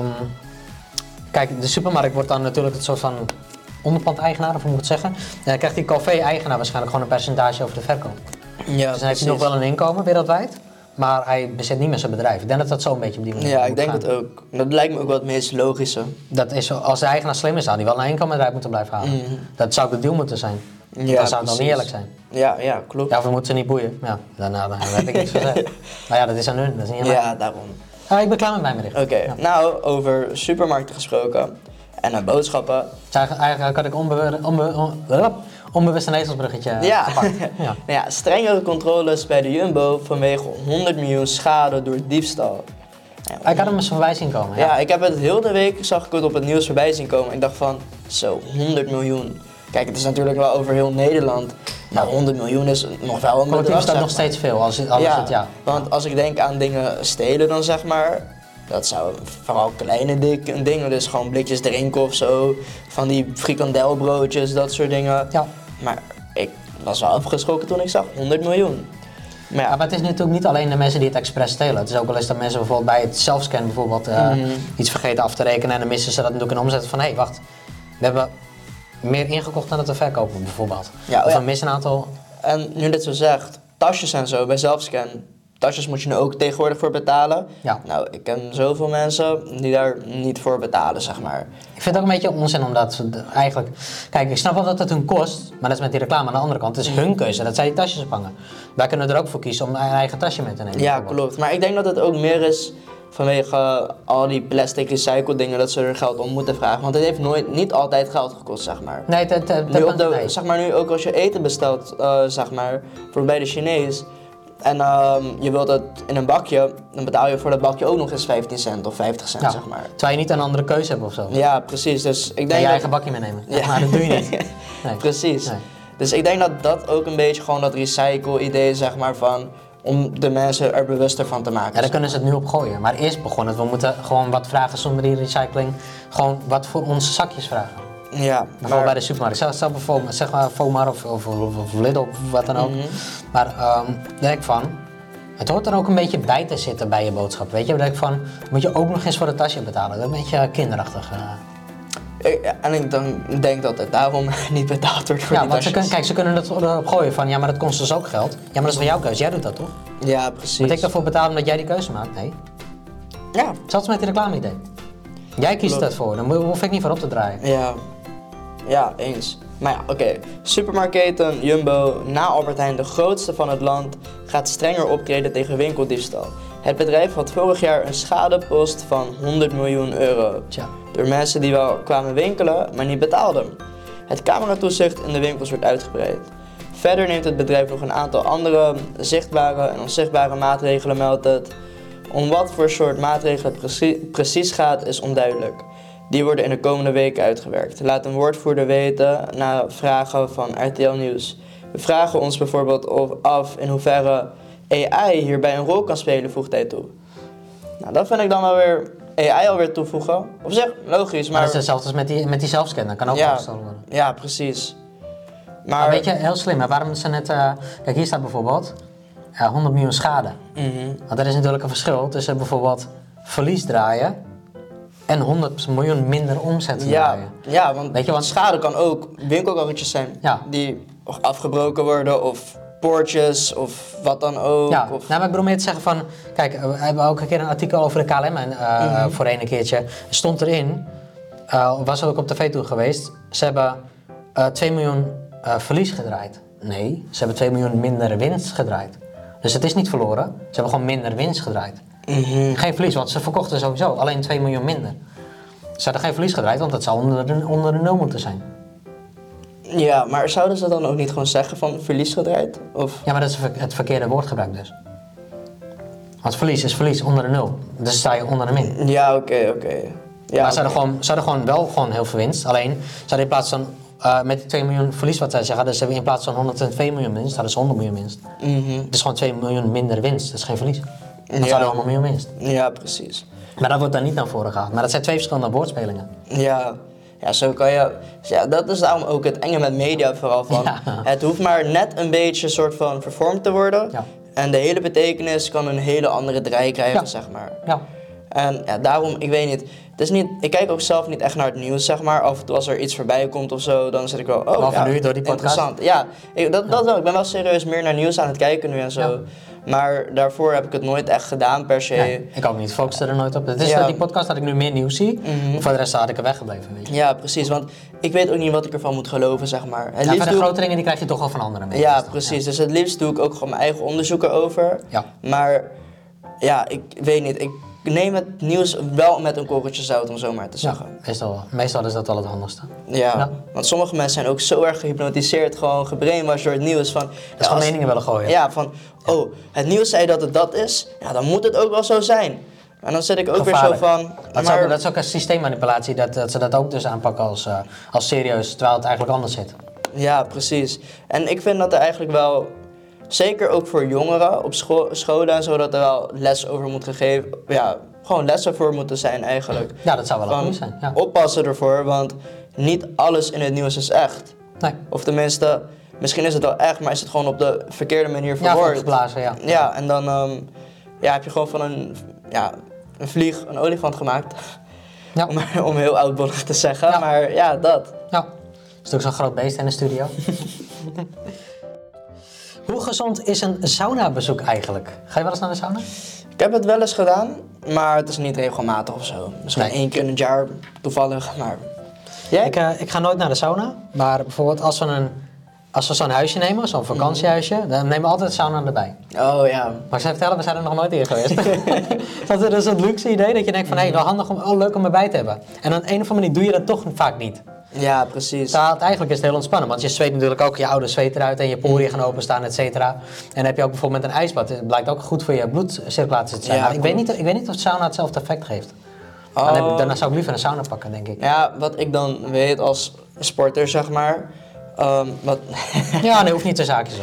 Speaker 1: kijk, de supermarkt wordt dan natuurlijk het soort van onderpand-eigenaar, of hoe moet ik het zeggen. En dan krijgt die Calvé-eigenaar waarschijnlijk gewoon een percentage over de verkoop.
Speaker 2: Ja,
Speaker 1: Dus dan heeft hij nog wel een inkomen wereldwijd, maar hij bezit niet meer zijn bedrijf. Ik denk dat dat zo een beetje op die manier
Speaker 2: Ja,
Speaker 1: moet
Speaker 2: ik denk
Speaker 1: gaan.
Speaker 2: het ook. Dat lijkt me ook wel het meest logische.
Speaker 1: Dat is, zo- als de eigenaar slim is, zou hij wel een inkomen eruit moeten blijven halen.
Speaker 2: Mhm.
Speaker 1: Dat zou de deal moeten zijn.
Speaker 2: Ja,
Speaker 1: dan zou het dan
Speaker 2: precies.
Speaker 1: niet eerlijk zijn.
Speaker 2: Ja, ja, klopt.
Speaker 1: Ja, of we moeten ze niet boeien. Ja, dan, nou, dan heb ik niks gezegd. Maar ja, dat is aan hun, dat is niet aan mij.
Speaker 2: Ja, daarom.
Speaker 1: Ah, ik ben klaar met mijn bericht.
Speaker 2: Oké,
Speaker 1: Ja.
Speaker 2: nou, over supermarkten gesproken en naar boodschappen.
Speaker 1: Dus eigenlijk, eigenlijk had ik onbe onbe on- onbewust een ezelsbruggetje
Speaker 2: Ja.
Speaker 1: gepakt. Ja.
Speaker 2: Nou ja, strengere controles bij de Jumbo vanwege honderd miljoen schade door diefstal. Ja,
Speaker 1: Ik had hem eens voorbij zien komen.
Speaker 2: ja,
Speaker 1: Ja.
Speaker 2: ik heb het heel de week, zag ik het op het nieuws voorbij zien komen. Ik dacht van, zo, honderd miljoen. Kijk, het is natuurlijk wel over heel Nederland, maar honderd miljoen is nog wel een
Speaker 1: Collectief
Speaker 2: bedrag,
Speaker 1: is dat
Speaker 2: zeg
Speaker 1: nog
Speaker 2: maar.
Speaker 1: steeds veel, als, als
Speaker 2: ja,
Speaker 1: het ja.
Speaker 2: want als ik denk aan dingen stelen dan zeg maar, dat zou vooral kleine dik- dingen, dus gewoon blikjes drinken of zo, van die frikandelbroodjes, dat soort dingen.
Speaker 1: Ja.
Speaker 2: Maar ik was wel afgeschrokken toen ik zag honderd miljoen. Maar
Speaker 1: Ja,
Speaker 2: ja,
Speaker 1: maar het is natuurlijk niet alleen de mensen die het expres stelen. Het is ook wel eens dat mensen bijvoorbeeld bij het zelfscan bijvoorbeeld eh,
Speaker 2: Mhm.
Speaker 1: iets vergeten af te rekenen en dan missen ze dat natuurlijk in omzet van hé, hey, wacht, we hebben meer ingekocht dan dat we verkopen bijvoorbeeld.
Speaker 2: Ja, oh
Speaker 1: of
Speaker 2: ja.
Speaker 1: een mis een aantal.
Speaker 2: en nu dit zo zegt, tasjes en zo bij zelfscan, tasjes moet je nu ook tegenwoordig voor betalen.
Speaker 1: Ja.
Speaker 2: Nou, ik ken zoveel mensen die daar niet voor betalen, zeg maar.
Speaker 1: Ik vind het ook een beetje onzin omdat ze de- eigenlijk... Kijk, ik snap wel dat het hun kost, maar dat is met die reclame aan de andere kant. Het is hun keuze dat zij die tasjes ophangen. Wij kunnen er ook voor kiezen om een eigen tasje mee te nemen.
Speaker 2: Ja,
Speaker 1: bijvoorbeeld.
Speaker 2: klopt. Maar ik denk dat het ook meer is vanwege al die plastic recycle dingen dat ze er geld om moeten vragen. Want het heeft nooit, niet altijd geld gekost, zeg maar.
Speaker 1: Nee, het, het, het,
Speaker 2: Nu op de,
Speaker 1: nee.
Speaker 2: zeg maar nu ook als je eten bestelt, eh, zeg maar, voor bij de Chinees. En ehm, je wilt het in een bakje, dan betaal je voor dat bakje ook nog eens vijftien cent of vijftig cent,
Speaker 1: Ja.
Speaker 2: zeg maar.
Speaker 1: Terwijl je niet een andere keuze hebt of zo.
Speaker 2: Ja, precies. Dus ik
Speaker 1: En
Speaker 2: denk
Speaker 1: je
Speaker 2: dat...
Speaker 1: eigen bakje meenemen.
Speaker 2: Ja.
Speaker 1: Maar dat doe je niet. Nee.
Speaker 2: Precies.
Speaker 1: Nee.
Speaker 2: Dus ik denk dat dat ook een beetje gewoon dat recycle-idee, zeg maar, van... om de mensen er bewuster van te maken.
Speaker 1: Ja, daar kunnen ze het nu op gooien. Maar eerst begon het, we moeten gewoon wat vragen zonder die recycling. Gewoon wat voor onze zakjes vragen.
Speaker 2: Ja,
Speaker 1: Bijvoorbeeld
Speaker 2: maar...
Speaker 1: bij de supermarkt. Zeg, zeg, bijvoorbeeld, zeg maar Fomar of, of, of, of Lidl of wat dan ook.
Speaker 2: Mhm.
Speaker 1: Maar ehm daar denk ik van, het hoort er ook een beetje bij te zitten bij je boodschap. Weet je, daar denk ik van, moet je ook nog eens voor het tasje betalen. Dat is een beetje kinderachtig. eh.
Speaker 2: Ik- en ik dan denk dat het daarom niet betaald wordt voor
Speaker 1: Ja,
Speaker 2: die
Speaker 1: want ze,
Speaker 2: tasjes.
Speaker 1: kunnen, kijk, ze kunnen het erop gooien van, ja, maar dat kost dus ook geld. Ja, maar dat is van jouw keuze, jij doet dat toch?
Speaker 2: Ja, precies.
Speaker 1: Moet ik daarvoor betalen omdat jij die keuze maakt? Nee.
Speaker 2: Ja,
Speaker 1: Zelfs met die reclame-idee. Jij kiest
Speaker 2: Klopt.
Speaker 1: dat voor, dan hoef ik niet voor op te draaien.
Speaker 2: ja. Ja, eens. Maar ja, oké. Supermarktketen Jumbo, na Albert Heijn de grootste van het land, gaat strenger optreden tegen winkeldiefstal. Het bedrijf had vorig jaar een schadepost van honderd miljoen euro.
Speaker 1: Tja.
Speaker 2: Door mensen die wel kwamen winkelen, maar niet betaalden. Het cameratoezicht in de winkels wordt uitgebreid. Verder neemt het bedrijf nog een aantal andere zichtbare en onzichtbare maatregelen, meldt het. Om wat voor soort maatregelen het precie- precies gaat, is onduidelijk. Die worden in de komende weken uitgewerkt. Laat een woordvoerder weten na vragen van R T L Nieuws. We vragen ons bijvoorbeeld of- af in hoeverre A I hierbij een rol kan spelen, voegt hij toe. Nou, dat vind ik dan wel weer A I alweer toevoegen. Op zich, logisch, maar...
Speaker 1: Maar dat is hetzelfde als met die, met die zelfscanner, kan ook
Speaker 2: ja,
Speaker 1: afgestolen worden.
Speaker 2: Ja, precies. Maar,
Speaker 1: Maar weet je, heel slim, hè? Waarom ze net... Uh, kijk, hier staat bijvoorbeeld uh, honderd miljoen schade.
Speaker 2: Mm-hmm.
Speaker 1: Want er is natuurlijk een verschil tussen bijvoorbeeld verlies draaien en honderd miljoen minder omzet
Speaker 2: ja,
Speaker 1: draaien.
Speaker 2: Ja, want,
Speaker 1: weet je, want
Speaker 2: schade kan ook winkelkarretjes zijn
Speaker 1: ja.
Speaker 2: die afgebroken worden of poortjes of wat dan ook.
Speaker 1: Ja,
Speaker 2: of...
Speaker 1: nou, maar ik bedoel meer te zeggen van, kijk, we hebben ook een keer een artikel over de K L M en uh, mm-hmm. voor een keertje stond erin, uh, was ook op tv toen geweest, ze hebben uh, twee miljoen uh, verlies gedraaid. Nee, ze hebben twee miljoen minder winst gedraaid. Dus het is niet verloren, ze hebben gewoon minder winst gedraaid.
Speaker 2: Mm-hmm.
Speaker 1: Geen verlies, want ze verkochten sowieso alleen twee miljoen minder. Ze hadden geen verlies gedraaid, want dat zou onder de, onder de nul moeten zijn.
Speaker 2: Ja, maar zouden ze dan ook niet gewoon zeggen van verlies gedraaid? Of...
Speaker 1: Ja, maar dat is het verkeerde woordgebruik dus. Want verlies is verlies onder de nul, dus sta je onder de min.
Speaker 2: Ja, oké, okay, oké. Okay. Ja,
Speaker 1: maar ze hadden,
Speaker 2: okay.
Speaker 1: gewoon, ze hadden gewoon wel gewoon heel veel winst. Alleen, ze hadden in plaats van uh, met die twee miljoen verlies wat zij zeggen, hadden ze in plaats van honderdtwee miljoen winst, hadden ze honderd miljoen winst.
Speaker 2: Mm-hmm.
Speaker 1: Het is gewoon twee miljoen minder winst, dat is geen verlies. Want ze
Speaker 2: ja.
Speaker 1: hadden honderd miljoen winst.
Speaker 2: Ja, precies.
Speaker 1: Maar dat wordt daar niet naar voren gehaald. Maar dat zijn twee verschillende woordspelingen.
Speaker 2: Ja, ja, zo kan je... Ja, dat is daarom ook het enge met media vooral van. Ja. Het hoeft maar net een beetje soort van vervormd te worden.
Speaker 1: Ja.
Speaker 2: En de hele betekenis kan een hele andere draai krijgen, ja. zeg maar.
Speaker 1: Ja.
Speaker 2: En ja, daarom, ik weet niet, het is niet... Ik kijk ook zelf niet echt naar het nieuws, zeg maar. Af en toe als er iets voorbij komt of zo, dan zit ik wel... Oh,
Speaker 1: ja, nu door die podcast.
Speaker 2: Interessant. Ja, ik, dat, dat wel. Ik ben wel serieus meer naar nieuws aan het kijken nu en zo. Ja. Maar daarvoor heb ik het nooit echt gedaan per se.
Speaker 1: Nee, ik ook niet. Focuste er nooit op. Het is ja. die podcast dat ik nu meer nieuws zie. Mm-hmm. Voor de rest had ik er weggebleven. Weet je.
Speaker 2: Ja, precies. Want ik weet ook niet wat ik ervan moet geloven, zeg maar. Het
Speaker 1: ja,
Speaker 2: liefst
Speaker 1: de
Speaker 2: doe...
Speaker 1: grote dingen die krijg je toch al van anderen mee.
Speaker 2: Ja, precies. Ja. Dus het liefst doe ik ook gewoon mijn eigen onderzoeken over.
Speaker 1: Ja.
Speaker 2: Maar ja, ik weet niet. Ik neem het nieuws wel met een korreltje zout, om zo maar te zeggen.
Speaker 1: Ja, meestal wel. Meestal is dat wel het handigste.
Speaker 2: Ja, ja, want sommige mensen zijn ook zo erg gehypnotiseerd, gewoon gebrainwashed door het nieuws. Van,
Speaker 1: dat is
Speaker 2: ja,
Speaker 1: gewoon
Speaker 2: als,
Speaker 1: meningen willen gooien.
Speaker 2: Ja, van, oh, het nieuws zei dat het dat is, ja, dan moet het ook wel zo zijn. En dan zit ik ook
Speaker 1: Gevaarlijk.
Speaker 2: weer zo van...
Speaker 1: Dat,
Speaker 2: maar...
Speaker 1: is ook, dat is ook een systeemmanipulatie, dat, dat ze dat ook dus aanpakken als, uh, als serieus, terwijl het eigenlijk anders zit.
Speaker 2: Ja, precies. En ik vind dat er eigenlijk wel... Zeker ook voor jongeren op scho- scholen en zo, dat er wel les over moet gegeven. Ja, gewoon lessen voor moeten zijn eigenlijk.
Speaker 1: Ja, dat zou wel goed zijn. Ja.
Speaker 2: Oppassen ervoor, want niet alles in het nieuws is echt.
Speaker 1: Nee.
Speaker 2: Of tenminste, misschien is het wel echt, maar is het gewoon op de verkeerde manier verwoord.
Speaker 1: Ja, geblazen, ja.
Speaker 2: Ja, en dan um, ja, heb je gewoon van een, ja, een vlieg een olifant gemaakt. Ja. Om, om heel oudbollig te zeggen, ja. Maar ja, dat.
Speaker 1: Ja, is ook zo'n groot beest in de studio. Hoe gezond is een saunabezoek eigenlijk? Ga je wel eens naar de sauna?
Speaker 2: Ik heb het wel eens gedaan, maar het is niet regelmatig of zo. Misschien nee. één keer in het jaar toevallig, maar...
Speaker 1: Jij? Ik, uh, ik ga nooit naar de sauna, maar bijvoorbeeld als we, een, als we zo'n huisje nemen, zo'n vakantiehuisje, mm-hmm. dan nemen we altijd de sauna erbij.
Speaker 2: Oh ja.
Speaker 1: Maar ik zou vertellen, we zijn er nog nooit eerder geweest. Dat is dus het luxe idee dat je denkt van, hé, hey, wel handig om, oh, leuk om erbij te hebben. En op een of andere manier doe je dat toch vaak niet.
Speaker 2: Ja, precies.
Speaker 1: Dat, eigenlijk is het heel ontspannen, want je zweet natuurlijk ook, je oude zweet eruit en je poriën gaan openstaan, et cetera. En dan heb je ook bijvoorbeeld met een ijsbad, het blijkt ook goed voor je bloedcirculatie te zijn. Ja, maar ik weet, niet, ik weet niet of sauna hetzelfde effect geeft. Oh. Dan heb, daarna zou ik liever een sauna pakken, denk ik.
Speaker 2: Ja, wat ik dan weet als sporter, zeg maar. Um, wat...
Speaker 1: Ja, nee, hoeft niet te zaakjes.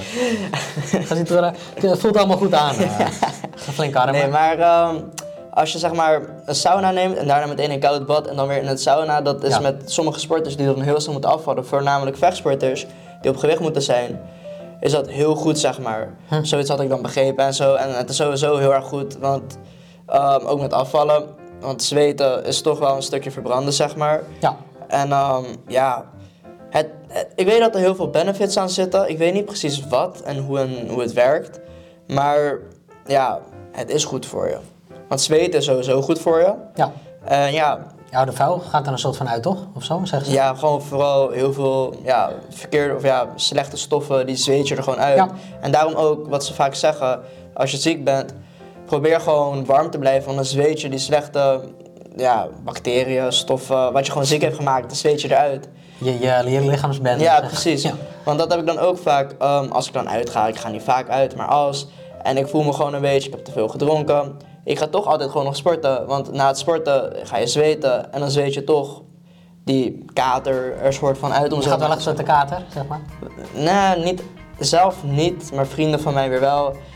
Speaker 1: Het voelt allemaal goed aan. Uh, flink arm.
Speaker 2: Nee, maar um, als je zeg maar een sauna neemt en daarna meteen een koud bad en dan weer in het sauna, dat is ja. met sommige sporters die dan heel snel moeten afvallen, voornamelijk vechtsporters die op gewicht moeten zijn, is dat heel goed, zeg maar. Hm. Zoiets had ik dan begrepen en zo. En het is sowieso heel erg goed, want um, ook met afvallen, want zweten is toch wel een stukje verbranden, zeg maar.
Speaker 1: Ja.
Speaker 2: En um, ja, het, het, ik weet dat er heel veel benefits aan zitten. Ik weet niet precies wat en hoe, en hoe het werkt. Maar ja, het is goed voor je. Want zweten is sowieso goed voor je.
Speaker 1: Ja.
Speaker 2: En ja...
Speaker 1: Je oude vuil gaat er een soort van uit, toch? Of zo, zeggen ze?
Speaker 2: Ja, gewoon vooral heel veel ja, verkeerde of ja, slechte stoffen, die zweet je er gewoon uit. Ja. En daarom ook, wat ze vaak zeggen, als je ziek bent, probeer gewoon warm te blijven. Want dan zweet je die slechte ja, bacteriën, stoffen, wat je gewoon ziek hebt gemaakt, dan zweet je eruit.
Speaker 1: Je, je, je lichaamsband.
Speaker 2: Ja, precies. Ja. Want dat heb ik dan ook vaak, um, als ik dan uitga, ik ga niet vaak uit, maar als, en ik voel me gewoon een beetje, ik heb te veel gedronken, ik ga toch altijd gewoon nog sporten, want na het sporten ga je zweten en dan zweet je toch die kater er soort van uit. Om
Speaker 1: je gaat wel echt zo te kater, zeg maar?
Speaker 2: Nee, niet, zelf niet, maar vrienden van mij weer wel.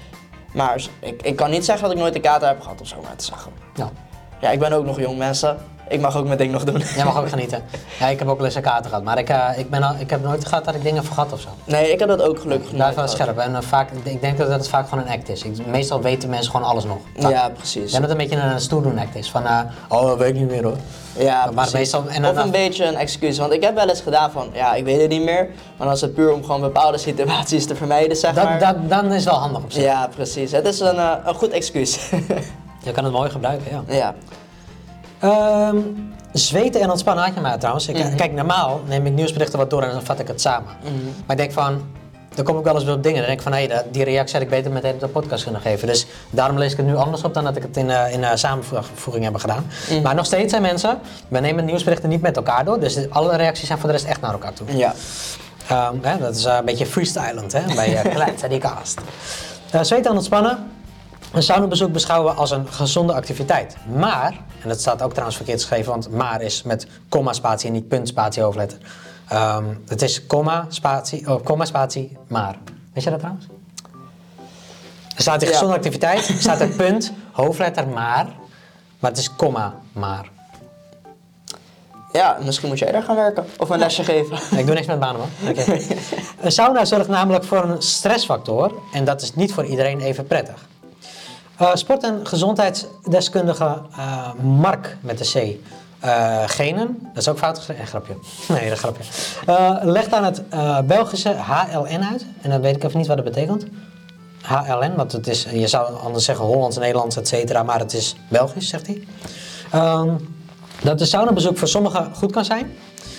Speaker 2: Maar ik, ik kan niet zeggen dat ik nooit een kater heb gehad, om zo maar te zeggen.
Speaker 1: Ja.
Speaker 2: Ja, ik ben ook nog jong, mensen. Ik mag ook mijn ding nog doen.
Speaker 1: Jij mag ook genieten. Ja, ik heb ook wel eens een kater gehad, maar ik, uh, ik, ben al, ik heb nooit gehad dat ik dingen vergat of zo.
Speaker 2: Nee, ik heb dat ook gelukkig
Speaker 1: Blijf
Speaker 2: nooit
Speaker 1: wel
Speaker 2: gehad.
Speaker 1: scherp en uh, vaak, ik denk dat het vaak gewoon een act is. Ik, meestal weten mensen gewoon alles nog. Vaak.
Speaker 2: Ja, precies.
Speaker 1: Ik denk dat het een beetje een stoerdoen act is, van uh, oh, dat weet ik niet meer hoor.
Speaker 2: Ja,
Speaker 1: maar
Speaker 2: precies.
Speaker 1: meestal, en dan,
Speaker 2: of een beetje een excuus, want ik heb wel eens gedaan van, ja, ik weet het niet meer. Maar dan is het puur om gewoon bepaalde situaties te vermijden, zeg maar.
Speaker 1: dat, dat, dan is het wel handig op zich.
Speaker 2: Ja, precies. Het is een, uh, een goed excuus.
Speaker 1: Je kan het mooi gebruiken, ja.
Speaker 2: Ja.
Speaker 1: Um, zweten en ontspannen had je mij trouwens. Ik, mm-hmm. Kijk, normaal neem ik nieuwsberichten wat door en dan vat ik het samen. Mm-hmm. Maar ik denk van, dan kom ik wel eens weer op dingen. Dan denk ik van, hé, hey, die reactie had ik beter meteen op de podcast kunnen geven. Dus daarom lees ik het nu anders op dan dat ik het in, uh, in uh, samenvoeging heb gedaan. Mm-hmm. Maar nog steeds zijn mensen, we nemen nieuwsberichten niet met elkaar door. Dus alle reacties zijn voor de rest echt naar elkaar toe.
Speaker 2: Ja.
Speaker 1: Um, hè, dat is uh, een beetje freestylend hè, bij uh, Klets en die cast. Uh, zweten en ontspannen. Een saunabezoek beschouwen we als een gezonde activiteit. Maar, en dat staat ook trouwens verkeerd geschreven, want maar is met komma, spatie en niet punt, spatie, hoofdletter. Um, het is komma, spatie, oh, komma, spatie, maar. Weet je dat trouwens? Er staat in gezonde ja. activiteit, staat er punt, hoofdletter, maar. Maar het is komma, maar.
Speaker 2: Ja, misschien moet jij daar gaan werken. Of een lesje geven.
Speaker 1: Ik doe niks met banen, man. Okay. Een sauna zorgt namelijk voor een stressfactor en dat is niet voor iedereen even prettig. Uh, sport- en gezondheidsdeskundige uh, Mark met de C. Uh, Genen, dat is ook fout geschreven. Eh, grapje. Nee, dat grapje. Uh, legt aan het uh, Belgische H L N uit. En dan weet ik even niet wat dat betekent. H L N, want het is, je zou anders zeggen Hollands, Nederlands, et cetera. Maar het is Belgisch, zegt hij. Um, dat de saunabezoek voor sommigen goed kan zijn.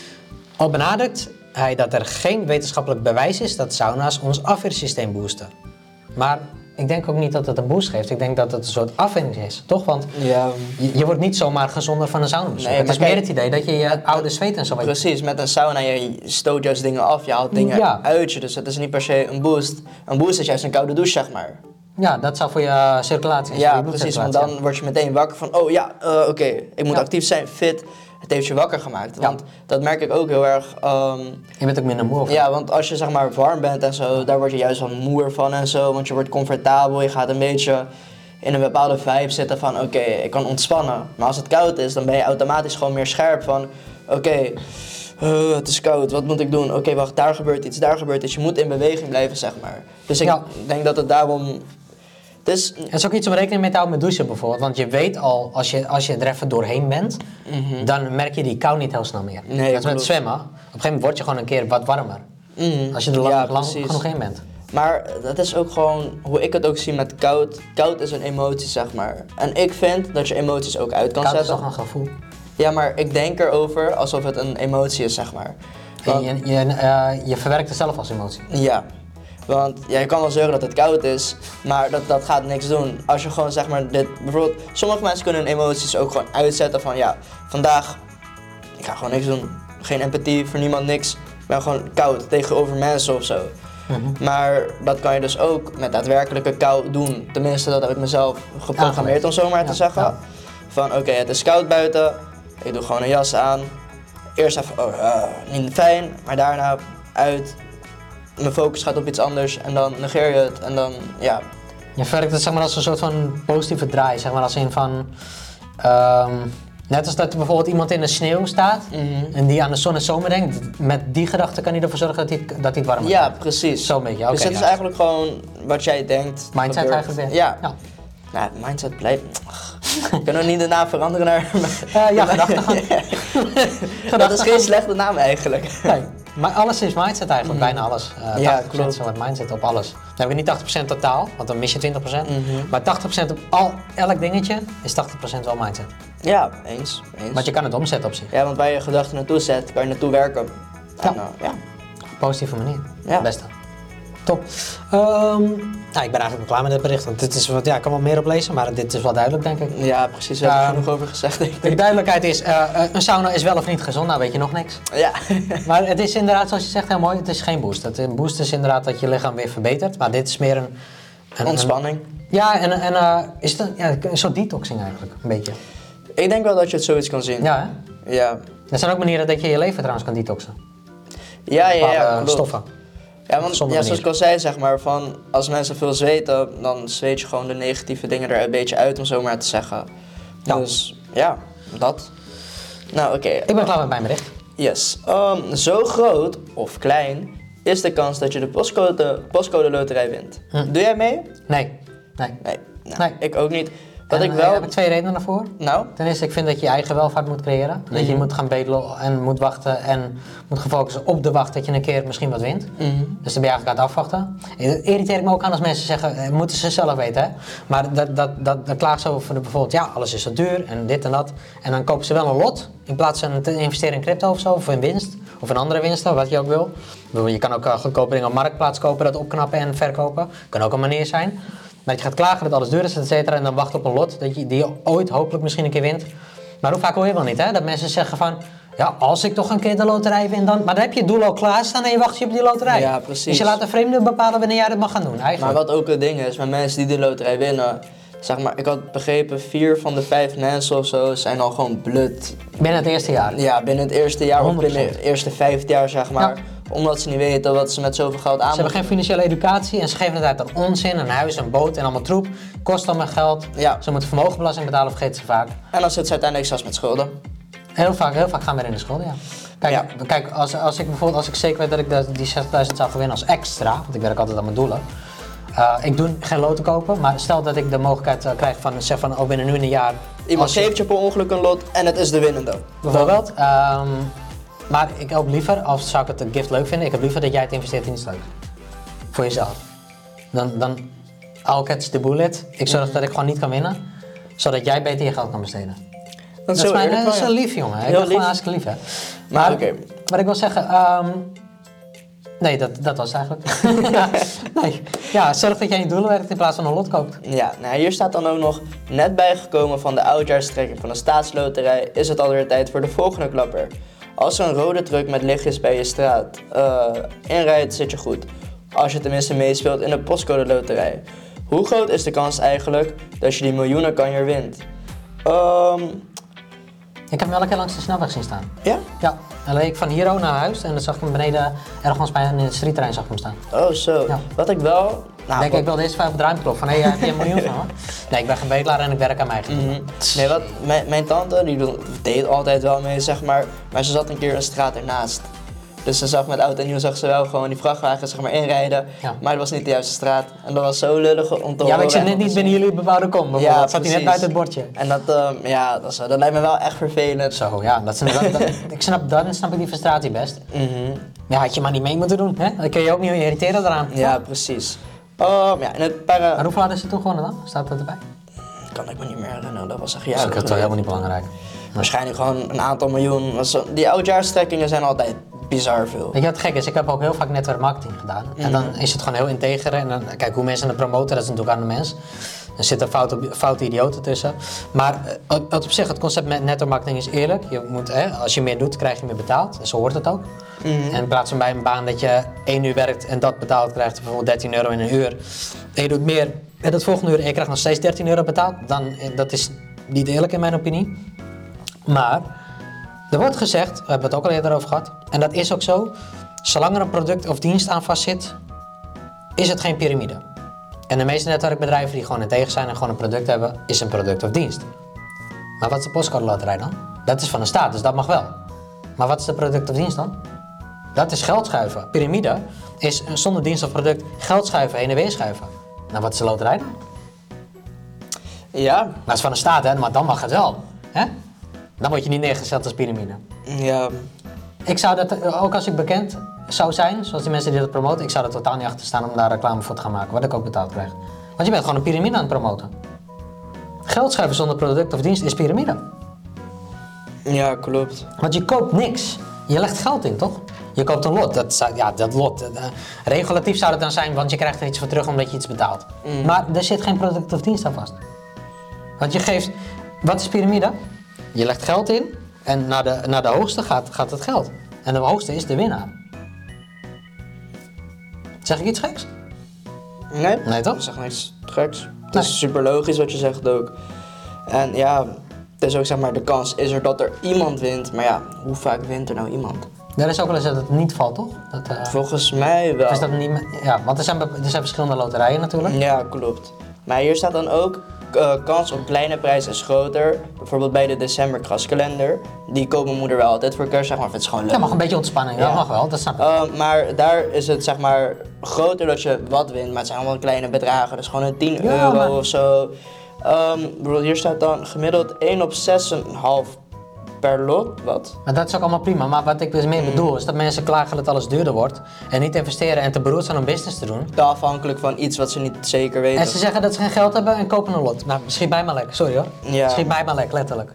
Speaker 1: Al benadrukt hij dat er geen wetenschappelijk bewijs is dat sauna's ons afweersysteem boosten. Maar ik denk ook niet dat het een boost geeft. Ik denk dat het een soort afwinning is, toch? Want
Speaker 2: ja.
Speaker 1: je, je wordt niet zomaar gezonder van een saunabezoek. Nee, het is meer het idee dat je je oude zweet en zo...
Speaker 2: Precies, met een sauna je stoot juist dingen af, je haalt dingen ja. uit je. Dus het is niet per se een boost. Een boost is juist een koude douche, zeg maar.
Speaker 1: Ja, dat zou voor je circulatie zijn.
Speaker 2: Ja, precies, want dan ja. word je meteen wakker van, oh ja, uh, oké, okay, ik moet ja. actief zijn, fit. Het heeft je wakker gemaakt, ja. want dat merk ik ook heel erg. Um,
Speaker 1: je bent ook minder moe van.
Speaker 2: Ja, want als je zeg maar warm bent en zo, daar word je juist wel moer van en zo. Want je wordt comfortabel, je gaat een beetje in een bepaalde vibe zitten van, oké, okay, ik kan ontspannen. Maar als het koud is, dan ben je automatisch gewoon meer scherp van, oké, okay, uh, het is koud, wat moet ik doen? Oké, okay, wacht, daar gebeurt iets, daar gebeurt iets. Je moet in beweging blijven, zeg maar. Dus ik ja. denk dat het daarom... Dus,
Speaker 1: het is ook iets om rekening mee te houden met douchen bijvoorbeeld. Want je weet al, als je, als je er even doorheen bent, mm-hmm. dan merk je die kou niet heel snel meer.
Speaker 2: Nee,
Speaker 1: dat is met zwemmen. Op een gegeven moment word je gewoon een keer wat warmer. Mm-hmm. Als je er lang, ja, lang genoeg heen bent.
Speaker 2: Maar dat is ook gewoon hoe ik het ook zie met koud. Koud is een emotie, zeg maar. En ik vind dat je emoties ook uit kan
Speaker 1: koud
Speaker 2: zetten.
Speaker 1: Koud is toch een gevoel?
Speaker 2: Ja, maar ik denk erover alsof het een emotie is, zeg maar.
Speaker 1: Want, je, je, uh, je verwerkt het zelf als emotie.
Speaker 2: Ja. Want ja, je kan wel zeggen dat het koud is, maar dat, dat gaat niks doen. Als je gewoon zeg maar dit, bijvoorbeeld, sommige mensen kunnen hun emoties ook gewoon uitzetten van ja, vandaag, ik ga gewoon niks doen. Geen empathie voor niemand, niks. Ik ben gewoon koud tegenover mensen of zo. Mm-hmm. Maar dat kan je dus ook met daadwerkelijke kou doen. Tenminste, dat heb ik mezelf geprogrammeerd om zo maar te ja, zeggen. Ja. Van oké, okay, het is koud buiten, ik doe gewoon een jas aan. Eerst even, oh, uh, niet fijn, maar daarna uit. Mijn focus gaat op iets anders en dan negeer je het en dan, ja.
Speaker 1: Je verwerkt het zeg maar als een soort van positieve draai, zeg maar als in van... Um, net als dat bijvoorbeeld iemand in de sneeuw staat mm-hmm. en die aan de zon en zomer denkt, met die gedachte kan hij ervoor zorgen dat hij, dat hij het warm wordt.
Speaker 2: Ja, precies.
Speaker 1: Zo'n beetje, oké.
Speaker 2: Dus het
Speaker 1: ja.
Speaker 2: is eigenlijk gewoon wat jij denkt.
Speaker 1: Mindset
Speaker 2: gebeurt.
Speaker 1: eigenlijk weer.
Speaker 2: Ja. ja. Nou, mindset blijft... Kunnen we niet de naam veranderen naar...
Speaker 1: Uh, ja, gedachtegang.
Speaker 2: Dat is geen slechte naam eigenlijk.
Speaker 1: Nee, maar alles is mindset eigenlijk, mm-hmm. bijna alles. Uh,
Speaker 2: ja,
Speaker 1: tachtig procent
Speaker 2: klopt.
Speaker 1: met mindset op alles. Dan heb je niet tachtig procent totaal, want dan mis je twintig procent.
Speaker 2: Mm-hmm.
Speaker 1: Maar tachtig procent op al, elk dingetje is tachtig procent wel mindset.
Speaker 2: Ja, eens, eens.
Speaker 1: Want je kan het omzetten op zich.
Speaker 2: Ja, want waar je gedachten naartoe zet, kan je naartoe werken.
Speaker 1: Ja.
Speaker 2: En, uh, ja.
Speaker 1: Op positieve manier.
Speaker 2: Ja.
Speaker 1: Beste. Top. Um, nou, ik ben eigenlijk klaar met dit bericht, want dit is wat, ja, ik kan wel meer oplezen, maar dit is wel duidelijk, denk ik.
Speaker 2: Ja, precies. Daar heb ik um, genoeg over gezegd, denk ik.
Speaker 1: De duidelijkheid is, uh, een sauna is wel of niet gezond, nou weet je nog niks.
Speaker 2: Ja.
Speaker 1: Maar het is inderdaad, zoals je zegt, heel mooi, het is geen boost. Het, een boost is inderdaad dat je lichaam weer verbetert, maar dit is meer een... een
Speaker 2: ontspanning.
Speaker 1: Een, ja, en, en uh, is het een, ja, een soort detoxing eigenlijk, een beetje.
Speaker 2: Ik denk wel dat je het zoiets kan zien.
Speaker 1: Ja, hè?
Speaker 2: Ja.
Speaker 1: Er zijn ook manieren dat je je leven trouwens kan detoxen.
Speaker 2: Ja, ja, ja,
Speaker 1: uh, stoffen.
Speaker 2: Ja, want
Speaker 1: gezonde
Speaker 2: ja, zoals
Speaker 1: manier.
Speaker 2: ik al zei, zeg maar, van als mensen veel zweten, dan zweet je gewoon de negatieve dingen er een beetje uit, om zo maar te zeggen.
Speaker 1: Ja.
Speaker 2: Dus ja, dat. Nou, oké.
Speaker 1: Ik ben klaar met mijn bericht.
Speaker 2: Yes. Um, zo groot of klein is de kans dat je de postcode, postcode loterij wint.
Speaker 1: Hm.
Speaker 2: Doe jij mee?
Speaker 1: Nee. Nee.
Speaker 2: Nee. Nou,
Speaker 1: Nee.
Speaker 2: ik ook niet. Wat
Speaker 1: En,
Speaker 2: ik
Speaker 1: eh,
Speaker 2: wel...
Speaker 1: heb ik twee redenen daarvoor.
Speaker 2: Nou?
Speaker 1: Ten eerste, ik vind dat je je eigen welvaart moet creëren. Dat je
Speaker 2: Mhm.
Speaker 1: moet gaan bedelen en moet wachten en moet gaan focussen op de wacht dat je een keer misschien wat wint.
Speaker 2: Mhm.
Speaker 1: Dus dan ben je eigenlijk aan het afwachten. Het irriteert me ook aan als mensen zeggen, eh, moeten ze zelf weten hè. Maar dat, dat, dat, dat klaagt ze over de, bijvoorbeeld, ja alles is zo duur en dit en dat. En dan kopen ze wel een lot in plaats van te investeren in crypto of zo, of in winst. Of in andere winsten, wat je ook wil. Ik bedoel, je kan ook uh, goedkope dingen op marktplaats kopen, dat opknappen en verkopen. Kan ook een manier zijn. Dat je gaat klagen dat alles duur is, et cetera, en dan wacht op een lot dat je, die je ooit hopelijk misschien een keer wint. Maar hoe vaak hoor je wel niet, hè? Dat mensen zeggen van, ja, als ik toch een keer de loterij win, dan... Maar dan heb je het doel al klaarstaan en je wacht je op die loterij.
Speaker 2: Ja, precies.
Speaker 1: Dus je laat een vreemde bepalen wanneer jij dat mag gaan doen,
Speaker 2: Maar
Speaker 1: eigenlijk.
Speaker 2: wat ook het ding is, met mensen die de loterij winnen, zeg maar, ik had begrepen, vier van de vijf mensen of zo zijn al gewoon blut.
Speaker 1: Binnen het eerste jaar.
Speaker 2: Ja, binnen het eerste jaar of
Speaker 1: honderd
Speaker 2: binnen
Speaker 1: procent.
Speaker 2: het eerste vijfde jaar, zeg maar.
Speaker 1: Ja.
Speaker 2: Omdat ze niet weten wat ze met zoveel geld aan
Speaker 1: Ze hebben geen financiële educatie en ze geven het uit aan onzin, een huis, een boot en allemaal troep. Kost allemaal geld.
Speaker 2: Ja.
Speaker 1: Ze moeten vermogenbelasting betalen, vergeten ze vaak.
Speaker 2: En dan zit ze uiteindelijk zelfs met schulden.
Speaker 1: Heel vaak, heel vaak gaan we weer in de schulden, ja. Kijk,
Speaker 2: Ja.
Speaker 1: kijk als, als ik bijvoorbeeld, als ik zeker weet dat ik de, die zestigduizend zou gaan winnen als extra, want ik werk altijd aan mijn doelen. Uh, ik doe geen loten kopen, maar stel dat ik de mogelijkheid uh, krijg van, zeg van, oh binnen nu in een jaar.
Speaker 2: Iemand
Speaker 1: als je-
Speaker 2: geeft je per ongeluk een lot en het is de winnende.
Speaker 1: Bijvoorbeeld. Um, maar ik heb liever, als zou ik het een gift leuk vinden, ik heb liever dat jij het investeert in iets leuks. Voor jezelf. Dan, dan I'll catch the bullet. Ik zorg dat ik gewoon niet kan winnen, zodat jij beter je geld kan besteden.
Speaker 2: Dat
Speaker 1: Dat is, mijn,
Speaker 2: eerlijk
Speaker 1: dat is
Speaker 2: wel,
Speaker 1: zo
Speaker 2: ja.
Speaker 1: lief, jongen. Ik
Speaker 2: Heel
Speaker 1: ben gewoon
Speaker 2: lief.
Speaker 1: hartstikke lief, hè.
Speaker 2: Maar oké.
Speaker 1: Wat ik wil zeggen, um, nee, dat, dat was het eigenlijk. ja, nee. ja, zorg dat jij je doelen werkt in plaats van een lot koopt.
Speaker 2: Ja, nou hier staat dan ook nog, net bijgekomen van de oudjaarstrekking van de staatsloterij, is het alweer tijd voor de volgende klapper. Als er een rode truck met lichtjes bij je straat uh, inrijdt, zit je goed. Als je tenminste meespeelt in de postcode loterij. Hoe groot is de kans eigenlijk dat je die miljoenen kanjer wint? Um,
Speaker 1: Ik heb hem elke keer langs de snelweg zien staan.
Speaker 2: ja?
Speaker 1: Ja, dan reed ik van hier ook naar huis en dan zag ik hem beneden, ergens bij een streetterrein zag ik hem staan.
Speaker 2: Oh zo.
Speaker 1: Ja.
Speaker 2: Wat ik wel... Nou,
Speaker 1: denk
Speaker 2: wat-
Speaker 1: ik wel deze vijf op de ruimteklop van, hé, hey, heb je een miljoen van me? Nee, ik ben geen bedelaar en ik werk aan mijn eigen doelen.
Speaker 2: Mhm. Nee, wat, mijn, mijn tante die doet- deed altijd wel mee, zeg maar, maar ze zat een keer een straat ernaast. Dus ze zag met oud en nieuw zag ze wel gewoon die vrachtwagen zeg maar inrijden,
Speaker 1: Ja.
Speaker 2: maar het was niet de juiste straat. En dat was zo lullig om te horen.
Speaker 1: Ja, maar ik zit
Speaker 2: en
Speaker 1: net
Speaker 2: om te
Speaker 1: niet
Speaker 2: zien.
Speaker 1: binnen jullie bebouwde kom, bijvoorbeeld.
Speaker 2: Ja,
Speaker 1: Dat zat hij net
Speaker 2: precies.
Speaker 1: buiten het bordje.
Speaker 2: En dat, ehm, ja, dat, is, dat lijkt me wel echt vervelend.
Speaker 1: Zo, ja, dat, is- dat, dat, ik snap, dan snap ik die frustratie best.
Speaker 2: Mhm.
Speaker 1: Ja, had je maar niet mee moeten doen, hè? Dan kun je ook niet irriteren eraan.
Speaker 2: Ja, precies. Um, ja, in het para...
Speaker 1: Maar hoeveel hadden ze toen gewonnen dan? Staat dat erbij?
Speaker 2: Kan ik me niet meer herinneren, dat was echt
Speaker 1: Dat is
Speaker 2: jaren
Speaker 1: ook wel
Speaker 2: geleden.
Speaker 1: helemaal niet belangrijk.
Speaker 2: Waarschijnlijk gewoon een aantal miljoen. Want zo- Die oudjaarstrekkingen zijn altijd bizar veel.
Speaker 1: Weet je wat gek is? Ik heb ook heel vaak netwerkmarketing gedaan. En dan is het gewoon heel integer. En dan, kijk, hoe mensen het promoten, dat is natuurlijk aan de mens. Er zitten foute, foute idioten tussen. Maar eh, wat op zich, het concept met netwerkmarketing is eerlijk. Je moet, hè, als je meer doet, krijg je meer betaald. Zo hoort het ook. En in plaats van bij een baan dat je één uur werkt en dat betaald krijgt, bijvoorbeeld dertien euro in een uur. En je doet meer en het volgende uur en je krijgt nog steeds dertien euro betaald. Dan, eh, dat is niet eerlijk in mijn opinie. Maar er wordt gezegd, we hebben het ook al eerder over gehad, en dat is ook zo, zolang er een product of dienst aan vastzit, is het geen piramide. En de meeste netwerkbedrijven die gewoon in tegen zijn en gewoon een product hebben, is een product of dienst. Maar wat is de postcode loterij dan? Dat is van de staat, dus dat mag wel. Maar wat is de product of dienst dan? Dat is geld schuiven. Piramide is zonder dienst of product geld schuiven, heen en weer schuiven. Nou, wat is de loterij dan?
Speaker 2: Ja,
Speaker 1: Maar het is van de staat, hè? Maar dan mag het wel. Hè? Dan word je niet neergezet als piramide.
Speaker 2: ja.
Speaker 1: Ik zou dat, ook als ik bekend zou zijn, zoals die mensen die dat promoten, ik zou er totaal niet achter staan om daar reclame voor te gaan maken, wat ik ook betaald krijg. Want je bent gewoon een piramide aan het promoten. Geld schuiven zonder product of dienst is piramide.
Speaker 2: Ja, klopt.
Speaker 1: Want je koopt niks. Je legt geld in, toch? Je koopt een lot. Dat, zou- ja, dat lot. eh, regulatief zou het dan zijn, want je krijgt er iets voor terug omdat je iets betaalt. Maar er zit geen product of dienst aan vast. Want je geeft... Wat is piramide? Je legt geld in en naar de, naar de hoogste gaat, gaat het geld. En de hoogste is de winnaar. Zeg ik iets geks?
Speaker 2: Nee?
Speaker 1: Nee, toch?
Speaker 2: Ik zeg niks geks. Het
Speaker 1: Nee.
Speaker 2: is super logisch wat je zegt ook. En ja, het is ook zeg maar de kans is er dat er iemand wint. Maar ja, hoe vaak wint er nou iemand?
Speaker 1: Er is ook wel eens dat het niet valt, toch? Dat, uh,
Speaker 2: Volgens mij wel.
Speaker 1: is dat niet, me- ja, want er zijn, be- er zijn verschillende loterijen natuurlijk.
Speaker 2: Ja, klopt. Maar hier staat dan ook, uh, kans op kleine prijs is groter. Bijvoorbeeld bij de decemberkraskalender. Die koopt mijn moeder wel altijd voor kerst, zeg maar, of het is gewoon leuk.
Speaker 1: Ja, mag een beetje ontspanning, dat
Speaker 2: Ja.
Speaker 1: mag wel, dat snap ik.
Speaker 2: Uh, maar daar is het zeg maar groter dat je wat wint, maar het zijn allemaal kleine bedragen. Dus gewoon een tien
Speaker 1: Ja,
Speaker 2: euro
Speaker 1: maar-
Speaker 2: of zo. Um, bijvoorbeeld hier staat dan gemiddeld één op zes komma vijf per lot. Wat?
Speaker 1: Maar dat is ook allemaal prima, maar wat ik dus meer bedoel is dat mensen klagen dat alles duurder wordt en niet investeren en te beroerd zijn om business te doen.
Speaker 2: Te afhankelijk van iets wat ze niet zeker weten.
Speaker 1: En ze zeggen dat ze geen geld hebben en kopen een lot. Nou, schiet mij maar lek, sorry hoor.
Speaker 2: Ja.
Speaker 1: Schiet mij maar lek, letterlijk.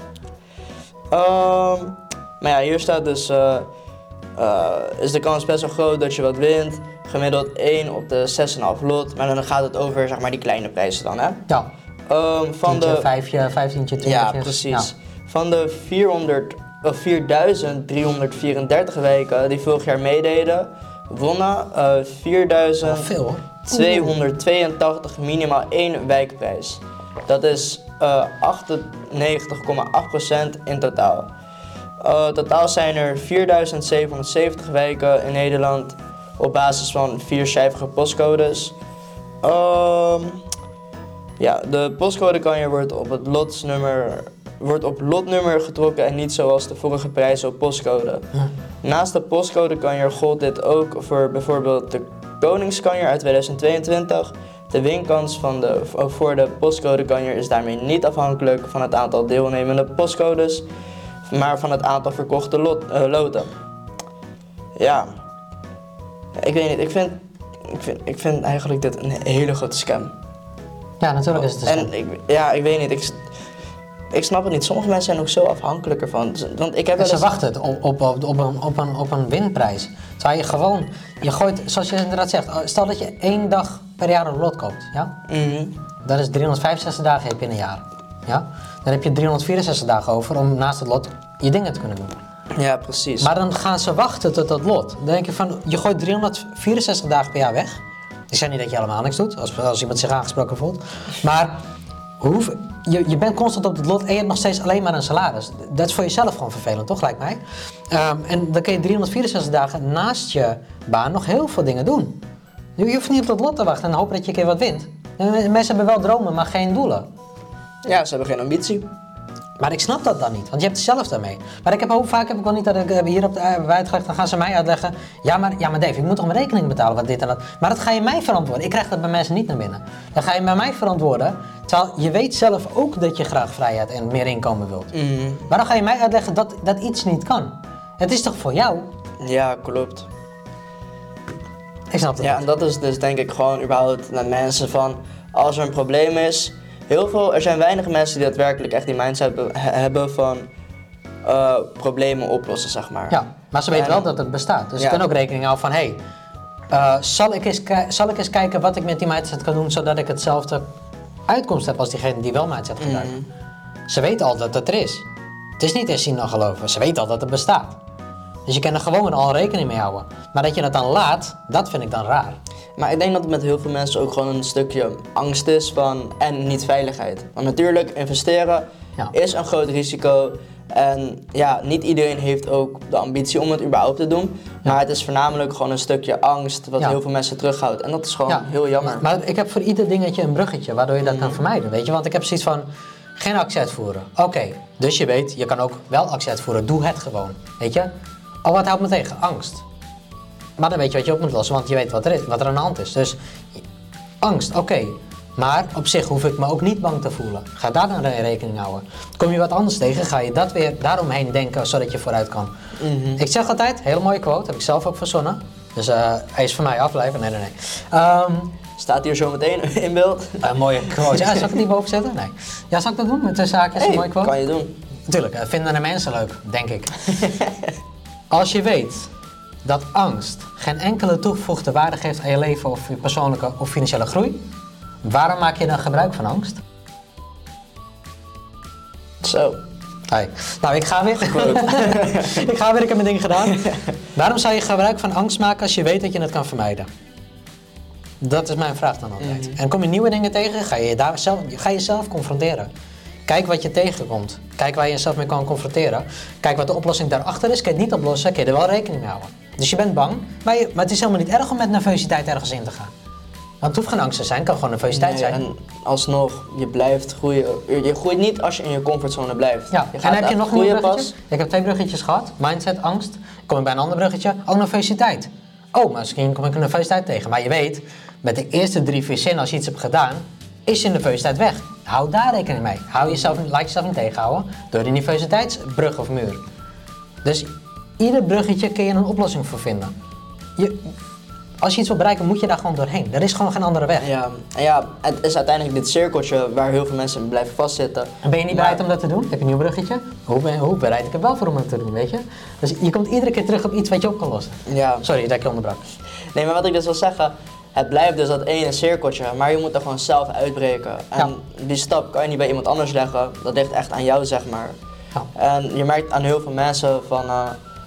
Speaker 2: Um, maar ja, hier staat dus, uh, uh, is de kans best wel groot dat je wat wint. Gemiddeld één op de zes komma vijf lot, maar dan gaat het over zeg maar die kleine prijzen dan, hè?
Speaker 1: Ja,
Speaker 2: Um, van
Speaker 1: tientje,
Speaker 2: de...
Speaker 1: vijfje, vijftientje,
Speaker 2: Ja,
Speaker 1: twintigjes.
Speaker 2: precies. Van de vierhonderd, of vierduizend driehonderdvierendertig wijken die vorig jaar meededen, wonnen uh,
Speaker 1: Ja.
Speaker 2: vierduizend
Speaker 1: Veel hoor.
Speaker 2: tweehonderdtweeëntachtig minimaal één wijkprijs. Dat is uh, achtennegentig komma acht procent in totaal. Uh, totaal zijn er vierduizend zevenhonderdzeventig wijken in Nederland op basis van viercijferige postcodes. Um, ja, de postcodekanjer wordt op het lotsnummer, wordt op lotnummer getrokken en niet zoals de vorige prijzen op postcode.
Speaker 1: Ja.
Speaker 2: Naast de postcodekanjer gold dit ook voor bijvoorbeeld de Koningskanjer uit tweeduizend tweeëntwintig. De winkans van de, voor de postcodekanjer is daarmee niet afhankelijk van het aantal deelnemende postcodes, maar van het aantal verkochte lot, uh, loten. Ja, ik weet niet, ik vind, ik, vind, ik vind eigenlijk dit een hele grote scam.
Speaker 1: Ja, natuurlijk is het een scam.
Speaker 2: En ik, ja, ik weet niet, ik, ik snap het niet. Sommige mensen zijn ook zo afhankelijk ervan. Want ik heb
Speaker 1: En
Speaker 2: wel
Speaker 1: ze
Speaker 2: eens...
Speaker 1: wachten het op, op, op, op, een, op, een, op een winprijs. Zou je gewoon, je gooit, zoals je inderdaad zegt, stel dat je één dag per jaar een lot koopt, ja?
Speaker 2: Mhm.
Speaker 1: Dat is driehonderdvijfenzestig dagen heb je in een jaar, ja? Dan heb je driehonderdvierenzestig dagen over om naast het lot je dingen te kunnen doen.
Speaker 2: Ja, precies.
Speaker 1: Maar dan gaan ze wachten tot dat lot. Dan denk je van, je gooit driehonderdvierenzestig dagen per jaar weg. Ik zeg niet dat je helemaal niks doet, als, als iemand zich aangesproken voelt. Maar hoe, je, je bent constant op het lot en je hebt nog steeds alleen maar een salaris. Dat is voor jezelf gewoon vervelend, toch, lijkt mij. Um, en dan kun je driehonderdvierenzestig dagen naast je baan nog heel veel dingen doen. Je hoeft niet op dat lot te wachten en hopen dat je een keer wat wint. Mensen hebben wel dromen, maar geen doelen.
Speaker 2: Ja, ze hebben geen ambitie.
Speaker 1: Maar ik snap dat dan niet, want je hebt het zelf daarmee. Maar ik heb hoe vaak heb ik wel niet dat ik uh, hier op de uh, uitgelegd, dan gaan ze mij uitleggen. Ja maar, ja, maar Dave, ik moet toch mijn rekening betalen, wat dit en dat. Maar dat ga je mij verantwoorden. Ik krijg dat bij mensen niet naar binnen. Dan ga je bij mij verantwoorden, terwijl je weet zelf ook dat je graag vrijheid en meer inkomen wilt.
Speaker 2: Mhm.
Speaker 1: Maar dan ga je mij uitleggen dat, dat iets niet kan. Het is toch voor jou?
Speaker 2: Ja, klopt.
Speaker 1: Ik snap het
Speaker 2: Ja, en
Speaker 1: niet.
Speaker 2: dat is dus denk ik gewoon überhaupt naar mensen van, als er een probleem is, heel veel, er zijn weinig mensen die daadwerkelijk echt die mindset be- he- hebben van uh, problemen oplossen, zeg maar.
Speaker 1: Ja, maar ze weten
Speaker 2: En-
Speaker 1: wel dat het bestaat. Dus
Speaker 2: Ja.
Speaker 1: ze kunnen ook rekening houden van, hé, hey, uh, zal, ik eens ki- zal ik eens kijken wat ik met die mindset kan doen, zodat ik hetzelfde uitkomst heb als diegene die wel mindset gebruikt.
Speaker 2: Mhm.
Speaker 1: Ze weten al dat het er is. Het is niet eens zien dan geloven, ze weten al dat het bestaat. Dus je kan er gewoon al rekening mee houden. Maar dat je het dan laat, dat vind ik dan raar.
Speaker 2: Maar ik denk dat het met heel veel mensen ook gewoon een stukje angst is van, en niet veiligheid. Want natuurlijk, investeren
Speaker 1: Ja.
Speaker 2: is een groot risico. En ja, niet iedereen heeft ook de ambitie om het überhaupt te doen. Maar het is voornamelijk gewoon een stukje angst wat
Speaker 1: Ja.
Speaker 2: heel veel mensen terughoudt. En dat is gewoon
Speaker 1: Ja,
Speaker 2: heel jammer.
Speaker 1: Maar, maar ik heb voor ieder dingetje een bruggetje waardoor je dat kan vermijden, weet je. Want ik heb zoiets van, geen actie uitvoeren. Oké, dus je weet, je kan ook wel actie uitvoeren. Doe het gewoon, weet je. Oh, wat houdt me tegen? Angst. Maar dan weet je wat je op moet lossen, want je weet wat er, is, wat er aan de hand is. Dus angst, oké. Maar op zich hoef ik me ook niet bang te voelen. Ga daar dan rekening houden. Kom je wat anders tegen, ga je dat weer daaromheen denken, zodat je vooruit kan.
Speaker 2: Mhm.
Speaker 1: Ik zeg altijd, hele mooie quote, heb ik zelf ook verzonnen. Dus uh, hij is van mij afblijven. Nee, nee, nee. Um,
Speaker 2: Staat hier zo meteen in beeld.
Speaker 1: een mooie quote. Ja, zal ik het niet boven zetten? Nee. Ja, zal ik dat doen met de zaakjes?
Speaker 2: Hey,
Speaker 1: een mooie quote?
Speaker 2: kan je doen.
Speaker 1: Natuurlijk, uh, vinden de mensen leuk, denk ik. Als je weet dat angst geen enkele toegevoegde waarde geeft aan je leven of je persoonlijke of financiële groei, waarom maak je dan gebruik van angst?
Speaker 2: Zo.
Speaker 1: Hey. Nou, ik ga weer. ik ga weer, ik heb mijn ding gedaan. Waarom zou je gebruik van angst maken als je weet dat je het kan vermijden? Dat is mijn vraag dan altijd.
Speaker 2: Mhm.
Speaker 1: En kom je nieuwe dingen tegen, ga je, daar zelf, ga je zelf confronteren. Kijk wat je tegenkomt. Kijk waar je jezelf mee kan confronteren. Kijk wat de oplossing daarachter is. Kan je het niet oplossen, kun je er wel rekening mee houden. Dus je bent bang, maar, je, maar het is helemaal niet erg om met nervositeit ergens in te gaan. Want het hoeft geen angst te zijn, het kan gewoon nervositeit
Speaker 2: Nee,
Speaker 1: zijn.
Speaker 2: en alsnog, je blijft groeien. Je groeit niet als je in je comfortzone blijft.
Speaker 1: Ja,
Speaker 2: je
Speaker 1: en heb je nog een
Speaker 2: groeien
Speaker 1: bruggetje? Ik heb twee bruggetjes gehad. Mindset, angst. Kom ik bij een ander bruggetje. Ook nervositeit. Oh, maar misschien kom ik een nervositeit tegen. Maar je weet, met de eerste drie, vier zinnen als je iets hebt gedaan, is je nervositeit weg. Hou daar rekening mee. Hou jezelf, laat jezelf niet tegenhouden door die nervositeitsbrug of muur. Dus ieder bruggetje kun je een oplossing voor vinden. Je, als je iets wil bereiken, moet je daar gewoon doorheen. Er is gewoon geen andere weg.
Speaker 2: Ja, en ja, het is uiteindelijk dit cirkeltje waar heel veel mensen in blijven vastzitten.
Speaker 1: En ben je niet
Speaker 2: Maar-
Speaker 1: bereid om dat te doen? Heb je een nieuw bruggetje? Hoe, ben, hoe bereid ik er wel voor om het te doen, weet je? Dus je komt iedere keer terug op iets wat je op kan lossen.
Speaker 2: Ja.
Speaker 1: Sorry dat ik je onderbrak.
Speaker 2: Nee, maar wat ik dus wil zeggen, het blijft dus dat ene cirkeltje, maar je moet er gewoon zelf uitbreken. En
Speaker 1: Ja.
Speaker 2: die stap kan je niet bij iemand anders leggen, dat ligt echt aan jou, zeg maar.
Speaker 1: Ja.
Speaker 2: En je merkt aan heel veel mensen van, eh,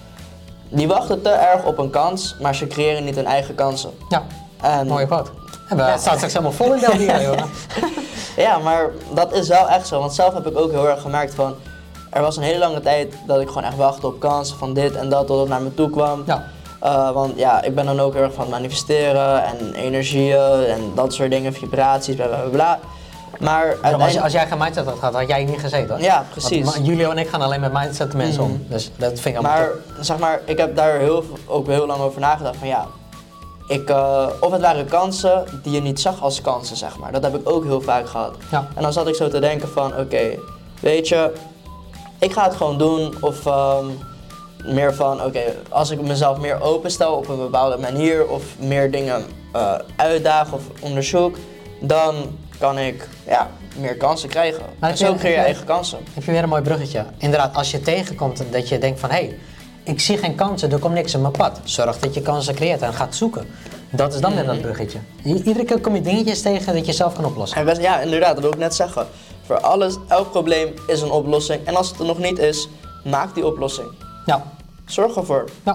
Speaker 2: die wachten te erg op een kans, maar ze creëren niet hun eigen kansen.
Speaker 1: Ja,
Speaker 2: En,
Speaker 1: mooie quote. En we
Speaker 2: Ja.
Speaker 1: staat straks helemaal vol in België, joh.
Speaker 2: Ja, maar dat is wel echt zo, want zelf heb ik ook heel erg gemerkt van, er was een hele lange tijd dat ik gewoon echt wachtte op kansen van dit en dat, tot het naar me toe kwam.
Speaker 1: Ja.
Speaker 2: Uh, want ja, ik ben dan ook heel erg van het manifesteren en energieën en dat soort dingen, vibraties, bla bla bla. bla. Maar
Speaker 1: Als,
Speaker 2: uiteindelijk...
Speaker 1: als jij geen mindset had gehad, had jij hier niet gezeten, hoor.
Speaker 2: Ja, precies.
Speaker 1: Want, maar Julio en ik gaan alleen met mindset mensen om. Dus dat vind ik allemaal
Speaker 2: Maar
Speaker 1: top.
Speaker 2: zeg maar, ik heb daar heel, ook heel lang over nagedacht van ja, ik, uh, of het waren kansen die je niet zag als kansen, zeg maar. Dat heb ik ook heel vaak gehad.
Speaker 1: Ja.
Speaker 2: En dan zat ik zo te denken van oké, weet je, ik ga het gewoon doen of um, meer van oké, als ik mezelf meer openstel op een bepaalde manier of meer dingen uh, uitdaag of onderzoek, dan kan ik ja, meer kansen krijgen.
Speaker 1: Maar
Speaker 2: En
Speaker 1: heb
Speaker 2: zo
Speaker 1: je-
Speaker 2: creëer je
Speaker 1: heb je-
Speaker 2: eigen kansen.
Speaker 1: Heb je weer een mooi bruggetje. Inderdaad, als je tegenkomt dat je denkt van, hé, hey, ik zie geen kansen, er komt niks in mijn pad. Zorg dat je kansen creëert en gaat zoeken. Dat is dan weer dat bruggetje. I- Iedere keer kom je dingetjes tegen dat je zelf kan oplossen.
Speaker 2: En best, ja, inderdaad, dat wil ik net zeggen. Voor alles, elk probleem is een oplossing. En als het er nog niet is, maak die oplossing.
Speaker 1: Ja.
Speaker 2: Zorg ervoor.
Speaker 1: Nou,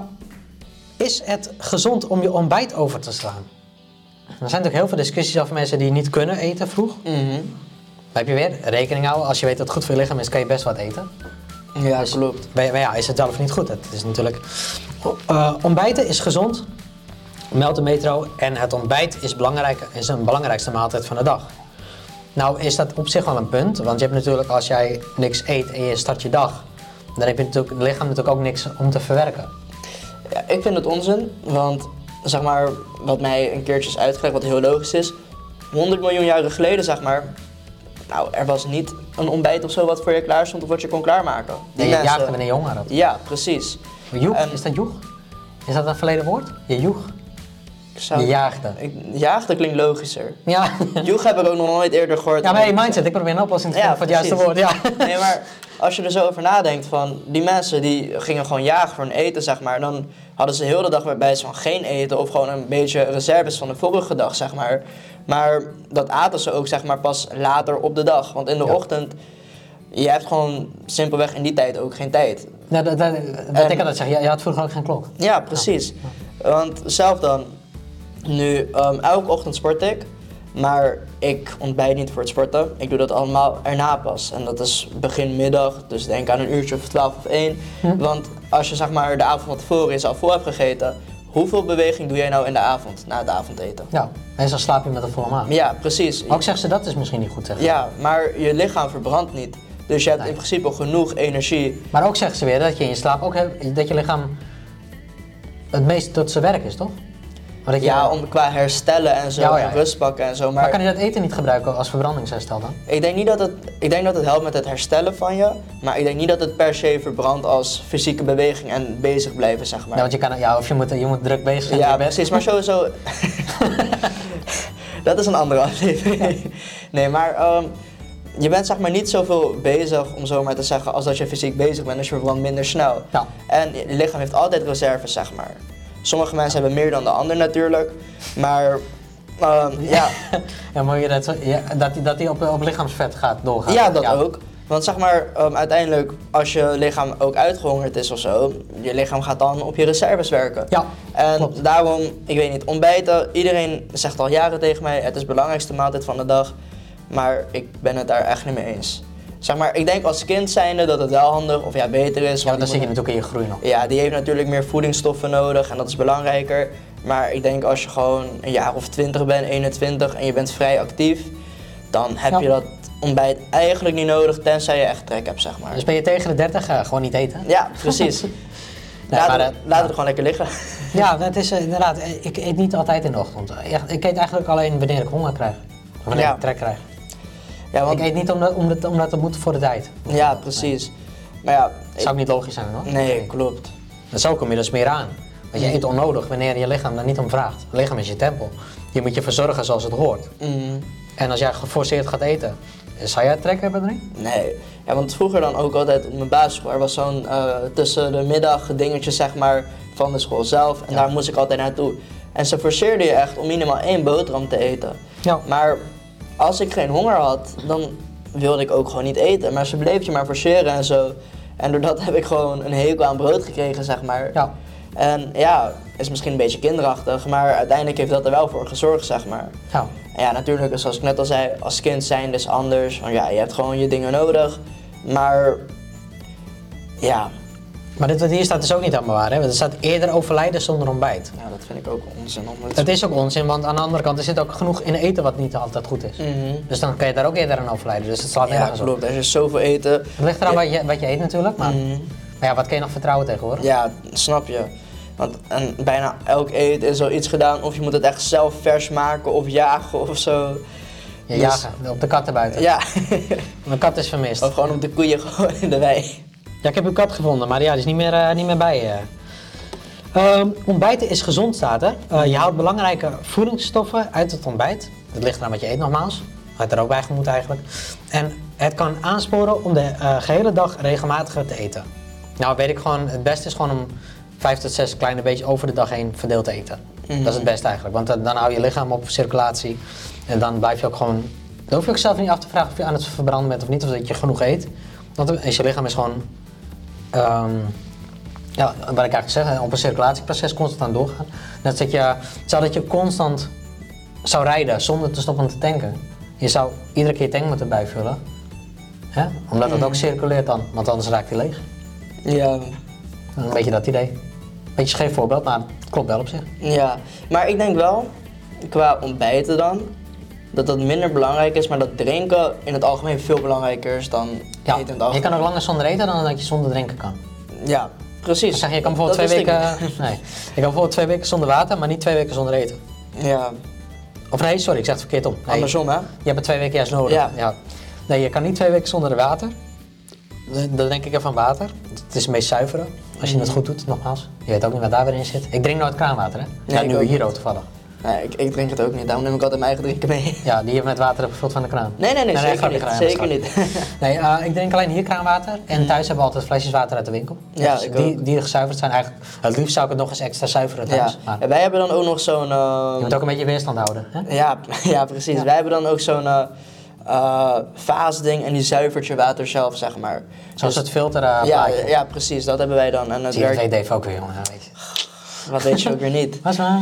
Speaker 1: is het gezond om je ontbijt over te slaan? Er zijn natuurlijk heel veel discussies over mensen die niet kunnen eten vroeg.
Speaker 2: Mhm.
Speaker 1: Dan heb je weer rekening houden. Als je weet dat het goed voor je lichaam is, kan je best wat eten.
Speaker 2: Ja, klopt.
Speaker 1: Maar ja, is het wel of niet goed? Het is natuurlijk... Uh, ontbijten is gezond, meldt de metro. En het ontbijt is, belangrijk, is een belangrijkste maaltijd van de dag. Nou is dat op zich wel een punt. Want je hebt natuurlijk, als jij niks eet en je start je dag, dan heb je natuurlijk, het lichaam natuurlijk ook niks om te verwerken.
Speaker 2: Ja, ik vind het onzin, want zeg maar, wat mij een keertje is uitgelegd, wat heel logisch is. honderd miljoen jaren geleden, zeg maar, nou, er was niet een ontbijt of zo wat voor je klaar stond of wat je kon klaarmaken. Die
Speaker 1: Nee, je
Speaker 2: mensen-
Speaker 1: jaagde wanneer je honger had.
Speaker 2: Ja, precies.
Speaker 1: Joeg,
Speaker 2: En-
Speaker 1: is dat joeg? Is dat een verleden woord? Je joeg.
Speaker 2: Ik zou-
Speaker 1: Je jaagde.
Speaker 2: Ik, jaagde klinkt logischer.
Speaker 1: Ja.
Speaker 2: Joeg heb ik ook nog nooit eerder gehoord.
Speaker 1: Ja, maar hey, mindset, ik probeer een oplossing te
Speaker 2: Ja,
Speaker 1: vinden voor het juiste woord.
Speaker 2: precies.
Speaker 1: Ja.
Speaker 2: Nee, maar als je er zo over nadenkt van die mensen die gingen gewoon jagen voor hun eten, zeg maar, dan hadden ze heel de dag bij van geen eten of gewoon een beetje reserves van de vorige dag, zeg maar. Maar dat aten ze ook, zeg maar, pas later op de dag. Want in de
Speaker 1: Ja.
Speaker 2: ochtend, je hebt gewoon simpelweg in die tijd ook geen tijd.
Speaker 1: Nou, dat, dat, dat
Speaker 2: En-
Speaker 1: ik altijd zeg, je, je had vroeger ook geen klok.
Speaker 2: Ja, precies. Want zelf dan, nu, um, elke ochtend sport ik, maar ik ontbijt niet voor het sporten. Ik doe dat allemaal erna pas. En dat is begin middag, dus denk aan een uurtje of twaalf of één.
Speaker 1: Hm.
Speaker 2: Want als je zeg maar de avond van tevoren is al vol hebt gegeten, hoeveel beweging doe jij nou in de avond, na het avondeten?
Speaker 1: Ja, meestal slaap je met een volle maan.
Speaker 2: Ja, precies.
Speaker 1: Ook zegt ze dat is misschien niet goed zeggen.
Speaker 2: Ja, maar je lichaam verbrandt niet. Dus je hebt
Speaker 1: Nee.
Speaker 2: in principe genoeg energie.
Speaker 1: Maar ook zeggen ze weer dat je in je slaap ook hebt, dat je lichaam het meest tot zijn werk is, toch? Maar dat je,
Speaker 2: Ja, om qua herstellen en zo,
Speaker 1: Ja, oh ja,
Speaker 2: en
Speaker 1: ja.
Speaker 2: rust pakken en zo.
Speaker 1: maar kan je dat eten niet gebruiken als verbrandingsherstel dan?
Speaker 2: Ik denk, niet dat het, ik denk dat het helpt met het herstellen van je, maar ik denk niet dat het per se verbrandt als fysieke beweging en bezig blijven, zeg maar.
Speaker 1: Ja, want je kan, ja, of je moet, je moet druk bezig zijn.
Speaker 2: Ja,
Speaker 1: in je bed.
Speaker 2: precies, maar sowieso... dat is een andere aflevering. Nee, maar ehm, je bent zeg maar niet zoveel bezig, om zo maar te zeggen, als dat je fysiek bezig bent, dus je verbrandt minder snel.
Speaker 1: Ja.
Speaker 2: En je lichaam heeft altijd reserves, zeg maar. Sommige mensen hebben meer dan de ander natuurlijk, maar ehm, ja...
Speaker 1: Ja, moet je dat, zo- ja, dat, die, dat die op, op lichaamsvet gaat doorgaan.
Speaker 2: Ja, dat ook. Want zeg maar, um, uiteindelijk, als je lichaam ook uitgehongerd is of zo, je lichaam gaat dan op je reserves werken.
Speaker 1: Ja,
Speaker 2: En
Speaker 1: klopt.
Speaker 2: daarom, ik weet niet, ontbijten, iedereen zegt al jaren tegen mij, het is de belangrijkste maaltijd van de dag. Maar ik ben het daar echt niet mee eens. zeg maar, ik denk als kind zijnde dat het wel handig of ja, beter is.
Speaker 1: Ja, want dan zit je natuurlijk in je groei nog.
Speaker 2: Ja, die heeft natuurlijk meer voedingsstoffen nodig en dat is belangrijker. Maar ik denk als je gewoon een jaar of twintig bent, eenentwintig en je bent vrij actief, dan heb
Speaker 1: Ja.
Speaker 2: je dat ontbijt eigenlijk niet nodig, tenzij je echt trek hebt, zeg maar.
Speaker 1: Dus ben je tegen de dertig, uh, gewoon niet eten?
Speaker 2: Ja, precies.
Speaker 1: Nee,
Speaker 2: laat
Speaker 1: maar,
Speaker 2: het,
Speaker 1: uh,
Speaker 2: laat het gewoon lekker liggen.
Speaker 1: Ja, het is uh, inderdaad, uh, ik eet niet altijd in de ochtend. Echt, ik eet eigenlijk alleen wanneer ik honger krijg. Of wanneer
Speaker 2: Ja.
Speaker 1: ik trek krijg.
Speaker 2: Ja, want,
Speaker 1: Ik eet niet omdat, omdat, omdat het moet voor de tijd.
Speaker 2: ja precies. Maar ja,
Speaker 1: Dat zou ook niet logisch zijn hoor.
Speaker 2: nee, klopt.
Speaker 1: Dat zo kom je dus meer aan. Want je eet onnodig wanneer je lichaam daar niet om vraagt. Het lichaam is je tempel. Je moet je verzorgen zoals het hoort.
Speaker 2: Mm,
Speaker 1: En als jij geforceerd gaat eten, zou jij trek hebben erin?
Speaker 2: nee. Ja, want vroeger dan ook altijd op mijn basisschool, er was zo'n uh, tussen de middag dingetje zeg maar van de school zelf en
Speaker 1: Ja.
Speaker 2: daar moest ik altijd naartoe. En ze forceerden je echt om minimaal één boterham te eten.
Speaker 1: Ja.
Speaker 2: Maar als ik geen honger had, dan wilde ik ook gewoon niet eten. Maar ze bleef je maar forceren en zo. En doordat heb ik gewoon een hekel aan brood gekregen, zeg maar.
Speaker 1: Ja.
Speaker 2: En ja, is misschien een beetje kinderachtig, maar uiteindelijk heeft dat er wel voor gezorgd, zeg maar.
Speaker 1: Ja.
Speaker 2: En ja, natuurlijk, zoals ik net al zei, als kind zijn is anders. Want ja, je hebt gewoon je dingen nodig. Maar ja,
Speaker 1: Maar dit wat hier staat is ook niet helemaal waar, hè? Want er staat eerder overlijden zonder ontbijt.
Speaker 2: ja, dat vind ik ook onzin. Om het...
Speaker 1: Het is ook onzin, want aan de andere kant er zit ook genoeg in eten wat niet altijd goed is.
Speaker 2: Mhm.
Speaker 1: Dus dan kan je daar ook eerder aan overlijden, dus het slaat
Speaker 2: Ja,
Speaker 1: nergens op.
Speaker 2: klopt. Als je zoveel eten...
Speaker 1: Het ligt eraan
Speaker 2: Ja.
Speaker 1: wat, je, wat je eet natuurlijk, maar,
Speaker 2: Mhm.
Speaker 1: maar ja, wat kun je nog vertrouwen tegenwoordig?
Speaker 2: Ja, snap je. Want en bijna elk eten is al iets gedaan. Of je moet het echt zelf vers maken of jagen of zo.
Speaker 1: Je
Speaker 2: Dus-
Speaker 1: jagen, op de katten buiten.
Speaker 2: Ja,
Speaker 1: Mijn kat is vermist.
Speaker 2: of gewoon op de koeien gewoon in de wei.
Speaker 1: Ja, ik heb uw kat gevonden, maar ja, die is niet meer, uh, niet meer bij je. Ehm, ontbijten is gezond, staat er. Uh, je haalt belangrijke voedingsstoffen uit het ontbijt. Dat ligt eraan wat je eet nogmaals. Had er ook bij gemoet eigenlijk. En het kan aansporen om de uh, gehele dag regelmatiger te eten. Nou weet ik gewoon, het beste is gewoon om vijf tot zes kleine beetjes over de dag heen verdeeld te eten.
Speaker 2: Mhm.
Speaker 1: Dat is het beste eigenlijk, want uh, dan hou je lichaam op circulatie. En dan blijf je ook gewoon, dan hoef je ook zelf niet af te vragen of je aan het verbranden bent of niet, of dat je genoeg eet. Want is je lichaam is gewoon, um, ja, wat ik eigenlijk zeg, op een circulatieproces constant aan doorgaan. Net dat je, stel dat je constant zou rijden zonder te stoppen te tanken. Je zou iedere keer je tank moeten bijvullen. Hè? Omdat het ook circuleert dan, want anders raakt hij leeg.
Speaker 2: Ja,
Speaker 1: Een beetje dat idee. Beetje scheef voorbeeld, maar het klopt wel op zich.
Speaker 2: ja. Maar ik denk wel, qua ontbijten dan, dat dat minder belangrijk is. Maar dat drinken in het algemeen veel belangrijker is dan
Speaker 1: Ja,
Speaker 2: eten in het
Speaker 1: je
Speaker 2: algemeen.
Speaker 1: kan ook langer zonder eten dan dat je zonder drinken kan.
Speaker 2: Ja, precies.
Speaker 1: Dan zeg je, je kan bijvoorbeeld
Speaker 2: Dat
Speaker 1: twee
Speaker 2: wist ik
Speaker 1: weken, nee, je kan bijvoorbeeld twee weken zonder water, maar niet twee weken zonder eten.
Speaker 2: niet. Ja,
Speaker 1: Of nee, sorry, ik zeg het verkeerd om. Nee,
Speaker 2: andersom hè?
Speaker 1: je hebt er twee weken juist nodig.
Speaker 2: Ja.
Speaker 1: Nee, je kan niet twee weken zonder water. Dan denk ik even aan water. Het is het meest zuivere, als je het goed doet, nogmaals. Je weet ook niet wat daar weer in zit. Ik drink nooit kraanwater, hè?
Speaker 2: Nee,
Speaker 1: Ja,
Speaker 2: ik
Speaker 1: nu
Speaker 2: ook
Speaker 1: hier
Speaker 2: niet.
Speaker 1: ook toevallig.
Speaker 2: Nee, ik, ik drink het ook niet, daarom neem ik altijd mijn eigen drinken mee.
Speaker 1: Ja, die je met water hebt gevuld van de kraan.
Speaker 2: Nee, nee, nee, zeker
Speaker 1: grapje,
Speaker 2: niet.
Speaker 1: grapje,
Speaker 2: Zeker
Speaker 1: grapje.
Speaker 2: niet.
Speaker 1: Nee, uh, ik drink alleen hier kraanwater. En thuis hebben we altijd flesjes water uit de winkel.
Speaker 2: Ja,
Speaker 1: Dus
Speaker 2: ik
Speaker 1: die,
Speaker 2: ook.
Speaker 1: die gezuiverd zijn eigenlijk. Het liefst zou ik het nog eens extra zuiveren
Speaker 2: Ja.
Speaker 1: thuis. Maar
Speaker 2: En wij hebben dan ook nog zo'n...
Speaker 1: je
Speaker 2: Uh,
Speaker 1: moet ook een beetje weerstand houden. Hè?
Speaker 2: ja, ja, precies.
Speaker 1: Ja.
Speaker 2: Wij hebben dan ook zo'n uh, uh, vaasding en die zuivert je water zelf, zeg maar.
Speaker 1: Zoals
Speaker 2: Dus-
Speaker 1: het filter uh,
Speaker 2: ja,
Speaker 1: plaatje.
Speaker 2: ja, precies. Dat hebben wij dan. En het
Speaker 1: Zie je, dat
Speaker 2: werkt...
Speaker 1: weet Dave ook weer, jongen. Ja, weet je.
Speaker 2: Wat weet je ook weer niet.
Speaker 1: Was maar.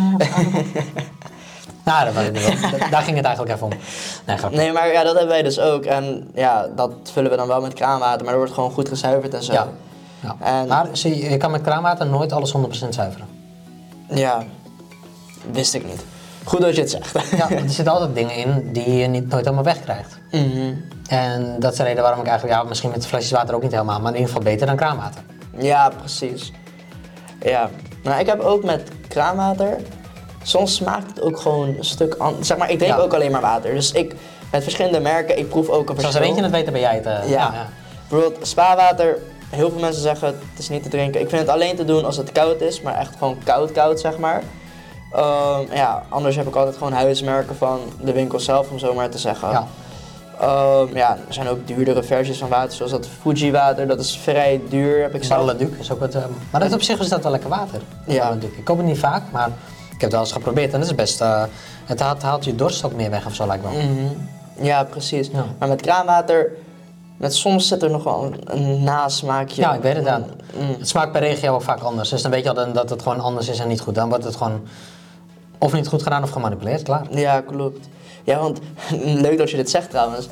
Speaker 1: Nou, dat was het niet wel. Da- Daar ging het eigenlijk even om. Nee, grapje.
Speaker 2: Nee, maar ja, dat hebben wij dus ook. En ja, dat vullen we dan wel met kraanwater, maar er wordt gewoon goed gezuiverd en zo.
Speaker 1: Ja. Ja.
Speaker 2: En-
Speaker 1: Maar zie, je je kan met kraanwater nooit alles honderd procent zuiveren.
Speaker 2: Ja, wist ik niet. Goed dat je het zegt.
Speaker 1: Ja, want er zitten altijd dingen in die je niet, nooit helemaal wegkrijgt.
Speaker 2: Mhm.
Speaker 1: En dat is de reden waarom ik eigenlijk, ja, misschien met flesjes water ook niet helemaal, maar in ieder geval beter dan kraanwater.
Speaker 2: Ja, precies. Ja, nou ik heb ook met kraanwater, soms smaakt het ook gewoon een stuk anders. Zeg maar, ik drink
Speaker 1: Ja.
Speaker 2: ook alleen maar water. Dus ik, met verschillende merken, ik proef ook een
Speaker 1: Zoals
Speaker 2: verschil.
Speaker 1: er eentje het weet, dan ben jij het. Uh,
Speaker 2: Ja. Bijvoorbeeld spaarwater, heel veel mensen zeggen het is niet te drinken. Ik vind het alleen te doen als het koud is, maar echt gewoon koud koud zeg maar. Ehm, ja, anders heb ik altijd gewoon huismerken van de winkel zelf om zo maar te zeggen.
Speaker 1: Ja.
Speaker 2: Ehm, ja, er zijn ook duurdere versies van water, zoals dat Fuji water, dat is vrij duur heb ik zelf.
Speaker 1: Barleduc is ook wat. Uh, maar dat op zich is dat wel lekker water.
Speaker 2: Ja.
Speaker 1: Barleduc. Ik koop het niet vaak, maar ik heb het wel eens geprobeerd en het is best. Uh, het haalt, haalt je dorst ook meer weg of zo, lijkt wel.
Speaker 2: Mhm. Ja, precies.
Speaker 1: Ja.
Speaker 2: Maar met kraanwater, met soms zit er nog wel een, een nasmaakje.
Speaker 1: Ja, ik weet het dan.
Speaker 2: Mm.
Speaker 1: Het smaakt per regio ook vaak anders. Dus dan weet je al dan dat het gewoon anders is en niet goed. Dan wordt het gewoon of niet goed gedaan of gemanipuleerd, klaar.
Speaker 2: Ja, klopt. Ja, want leuk dat je dit zegt trouwens.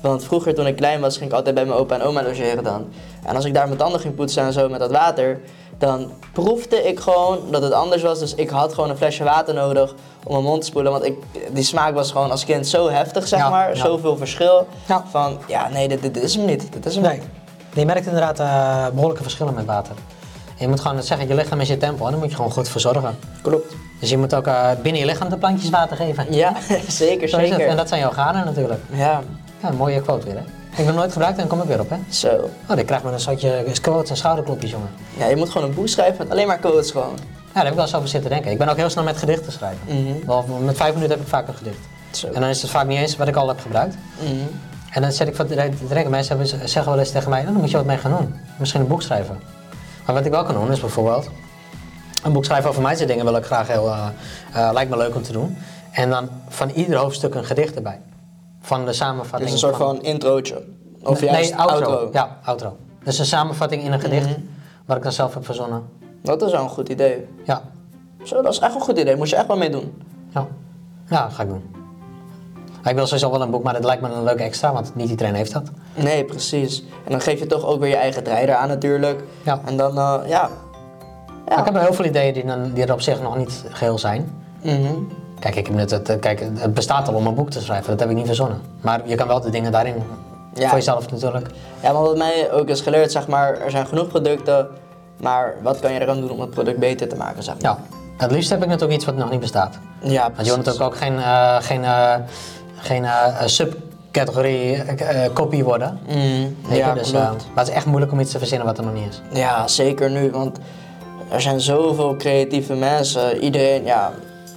Speaker 2: Want vroeger toen ik klein was, ging ik altijd bij mijn opa en oma logeren dan. En als ik daar mijn tanden ging poetsen en zo met dat water, dan proefde ik gewoon dat het anders was. Dus ik had gewoon een flesje water nodig om mijn mond te spoelen. Want ik, die smaak was gewoon als kind zo heftig, zeg
Speaker 1: Ja,
Speaker 2: maar.
Speaker 1: ja.
Speaker 2: Zoveel verschil.
Speaker 1: Ja.
Speaker 2: Van, ja nee, dit, dit is hem niet. Dit is hem
Speaker 1: Nee.
Speaker 2: niet.
Speaker 1: Je merkt inderdaad uh, behoorlijke verschillen met water. En je moet gewoon zeggen, je lichaam is je tempel en daar moet je gewoon goed voor zorgen.
Speaker 2: Klopt.
Speaker 1: Dus je moet ook uh, binnen je lichaam de plantjes water geven.
Speaker 2: Ja, zeker,
Speaker 1: Zo is het.
Speaker 2: zeker.
Speaker 1: En dat zijn jouw organen natuurlijk.
Speaker 2: Ja,
Speaker 1: Ja, een mooie quote weer, hè? Ik heb nog nooit gebruikt en dan kom ik weer op, hè?
Speaker 2: zo.
Speaker 1: Oh, ik krijg met een soortje quotes en schouderklopjes, jongen.
Speaker 2: Ja, je moet gewoon een boek schrijven met alleen maar quotes gewoon.
Speaker 1: Ja, daar heb ik wel eens over zitten denken. Ik ben ook heel snel met gedichten schrijven.
Speaker 2: Mhm.
Speaker 1: Wel, met vijf minuten heb ik vaak een gedicht.
Speaker 2: Zo.
Speaker 1: En dan is het vaak niet eens wat ik al heb gebruikt.
Speaker 2: Mhm.
Speaker 1: En dan zet ik van te denken, mensen hebben, zeggen wel eens tegen mij, nou, dan moet je wat mee gaan doen. Misschien een boek schrijven. Maar wat ik wel kan doen is bijvoorbeeld, een boek schrijven over mij, dingen wil ik graag heel, uh, uh, lijkt me leuk om te doen. En dan van ieder hoofdstuk een gedicht erbij. Van de samenvatting.
Speaker 2: Dus een soort van introotje. Of
Speaker 1: nee,
Speaker 2: juist
Speaker 1: nee, outro.
Speaker 2: outro.
Speaker 1: Ja, outro. Dus een samenvatting in een gedicht,
Speaker 2: Mhm.
Speaker 1: wat ik dan zelf heb verzonnen.
Speaker 2: Dat is wel een goed idee.
Speaker 1: Ja,
Speaker 2: Zo, dat is echt een goed idee. Moet je echt wel mee doen.
Speaker 1: ja. Ja, dat ga ik doen. Maar ik wil sowieso wel een boek, maar dat lijkt me een leuke extra, want niet iedereen heeft dat.
Speaker 2: Nee, precies. En dan geef je toch ook weer je eigen draai eraan natuurlijk.
Speaker 1: Ja.
Speaker 2: En dan, uh, ja.
Speaker 1: Maar ik heb wel heel veel ideeën die, dan, die er op zich nog niet geheel zijn.
Speaker 2: Mhm.
Speaker 1: Kijk, ik heb net het, kijk, het bestaat al om een boek te schrijven, dat heb ik niet verzonnen. Maar je kan wel de dingen daarin,
Speaker 2: Ja.
Speaker 1: voor jezelf natuurlijk.
Speaker 2: Ja, maar wat mij ook is geleerd, zeg maar, er zijn genoeg producten, maar wat kan je eraan doen om het product beter te maken, zeg maar.
Speaker 1: Ja, het liefst heb ik natuurlijk iets wat nog niet bestaat.
Speaker 2: Ja,
Speaker 1: Want je wil natuurlijk ook geen, uh, geen, uh, geen uh, subcategorie uh, copy worden.
Speaker 2: Mm,
Speaker 1: Weet
Speaker 2: ja,
Speaker 1: je? Dus, uh,
Speaker 2: klopt.
Speaker 1: maar het is echt moeilijk om iets te verzinnen wat er nog niet is.
Speaker 2: Ja, zeker nu, want er zijn zoveel creatieve mensen. Iedereen, ja.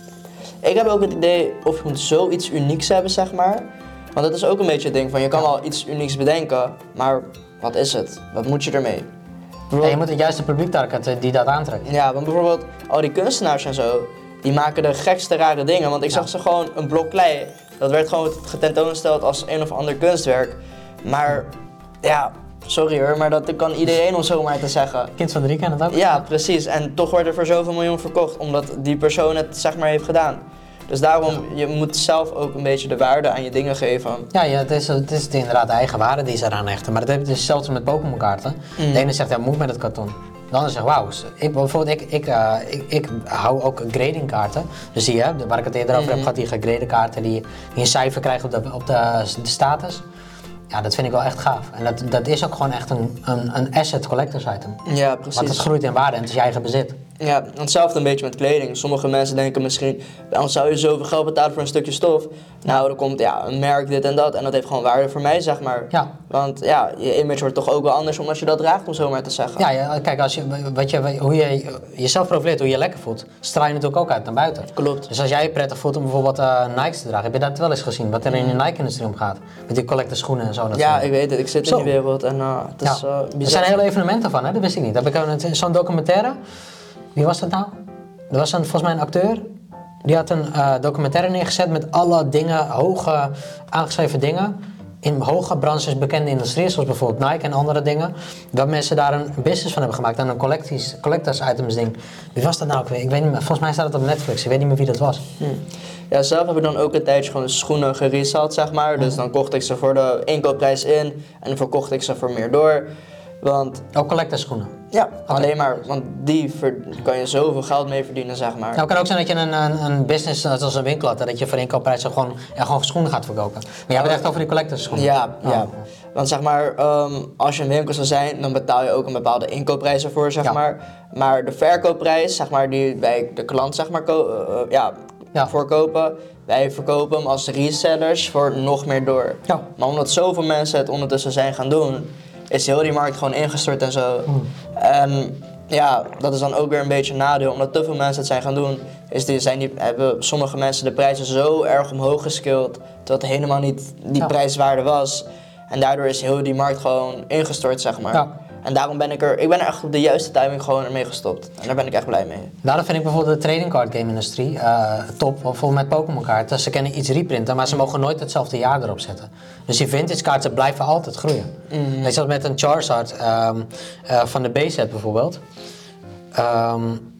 Speaker 2: Ik heb ook het idee of je moet zoiets unieks hebben, zeg maar. Want dat is ook een beetje het ding van, je kan wel iets unieks bedenken, maar wat is het? Wat moet je ermee?
Speaker 1: Ja, je moet het juiste publiek targeten die dat aantrekt.
Speaker 2: Ja, want bijvoorbeeld al die kunstenaars en zo, die maken de gekste rare dingen. Want ik
Speaker 1: Ja.
Speaker 2: zag ze gewoon een blok klei, dat werd gewoon getentoongesteld als een of ander kunstwerk. Maar ja, sorry hoor, maar dat kan iedereen om zo maar te zeggen.
Speaker 1: Kind van drie kennen het ook.
Speaker 2: Ja, precies. En toch wordt er voor zoveel miljoen verkocht, omdat die persoon het zeg maar heeft gedaan. Dus daarom, je moet zelf ook een beetje de waarde aan je dingen geven.
Speaker 1: Ja, ja het, is, het is inderdaad de eigen waarde die ze eraan hechten. Maar dat heb je dus zelfs met Pokémon kaarten.
Speaker 2: Mm.
Speaker 1: De ene zegt, ja, moet met het karton. De ander zegt, wauw. Ik, bijvoorbeeld, ik, ik, uh, ik, ik hou ook grading kaarten. Dus die, hè, waar ik het eerder over
Speaker 2: Mm.
Speaker 1: heb gehad, die gegrade kaarten die, die een cijfer krijgen op de, op de, de status. Ja, dat vind ik wel echt gaaf. En dat, dat is ook gewoon echt een, een, een asset collectors item.
Speaker 2: Ja,
Speaker 1: Want het
Speaker 2: precies.
Speaker 1: groeit in waarde en het is je eigen bezit.
Speaker 2: Ja, hetzelfde een beetje met kleding. Sommige mensen denken misschien, dan zou je zoveel geld betalen voor een stukje stof. Nou, er komt ja, een merk, dit en dat. En dat heeft gewoon waarde voor mij, zeg maar.
Speaker 1: Ja.
Speaker 2: Want ja, je image wordt toch ook wel anders omdat je dat draagt, om zo maar te zeggen.
Speaker 1: Ja, ja, kijk, als je, wat je, hoe je jezelf profileert, hoe je je lekker voelt, straal je natuurlijk ook uit naar buiten.
Speaker 2: Klopt.
Speaker 1: Dus als jij je prettig voelt om bijvoorbeeld uh, Nike's te dragen, heb je dat wel eens gezien, wat er in de Nike-industrie omgaat? Met die collector schoenen en zo. Dat
Speaker 2: Ja,
Speaker 1: soort
Speaker 2: ik weet het. Ik zit
Speaker 1: Zo.
Speaker 2: in die wereld en uh, het is
Speaker 1: Ja.
Speaker 2: uh,
Speaker 1: Er
Speaker 2: bizar.
Speaker 1: zijn hele evenementen van, hè? Dat wist ik niet. Heb ik een- zo'n documentaire. Wie was dat nou? Er was een, volgens mij een acteur. Die had een uh, documentaire neergezet met alle dingen, hoge aangeschreven dingen. In hoge branches, bekende industrieën, zoals bijvoorbeeld Nike en andere dingen. Dat mensen daar een business van hebben gemaakt en een collecties, collectors items ding. Wie was dat nou ook weer? Ik weet niet meer. Volgens mij staat het op Netflix. Ik weet niet meer wie dat was.
Speaker 2: Hm. Ja, zelf heb ik dan ook een tijdje gewoon schoenen gereseld, zeg maar. Dus dan kocht ik ze voor de inkoopprijs in en dan verkocht ik ze voor meer door. Want
Speaker 1: Ook collectors schoenen.
Speaker 2: ja, alleen maar, want die ver- kan je zoveel geld mee verdienen, zeg maar.
Speaker 1: Nou, het kan ook zijn dat je een, een, een business, net als een winkel had, dat je voor inkoopprijs gewoon, ja, gewoon schoenen gaat verkopen. Maar jij hebt het echt over die collectors schoenen.
Speaker 2: Ja,
Speaker 1: Oh.
Speaker 2: ja. Want zeg maar, ehm, als je een winkel zou zijn, dan betaal je ook een bepaalde inkoopprijs ervoor, zeg
Speaker 1: Ja.
Speaker 2: maar. Maar de verkoopprijs, zeg maar, die wij de klant, zeg maar, ko- eh, eh, ja,
Speaker 1: Ja.
Speaker 2: voorkopen, wij verkopen hem als resellers voor nog meer door.
Speaker 1: Ja.
Speaker 2: Maar omdat zoveel mensen het ondertussen zijn gaan doen, is heel die markt gewoon ingestort en zo. En ja, dat is dan ook weer een beetje een nadeel, omdat te veel mensen het zijn gaan doen, is die, zijn die, hebben sommige mensen de prijzen zo erg omhoog geskild, dat het helemaal niet die
Speaker 1: Ja.
Speaker 2: prijswaarde was. En daardoor is heel die markt gewoon ingestort, zeg maar.
Speaker 1: Ja.
Speaker 2: En daarom ben ik er, ik ben er echt op de juiste timing gewoon ermee gestopt. En daar ben ik echt blij mee.
Speaker 1: Daarom vind ik bijvoorbeeld de trading card game industrie uh, top, bijvoorbeeld met Pokémon kaarten. Ze kunnen iets reprinten, maar ze mogen nooit hetzelfde jaar erop zetten. Dus die vintage kaarten blijven altijd groeien.
Speaker 2: Mhm.
Speaker 1: Net zoals met een Charizard um, uh, van de B-set bijvoorbeeld. Um,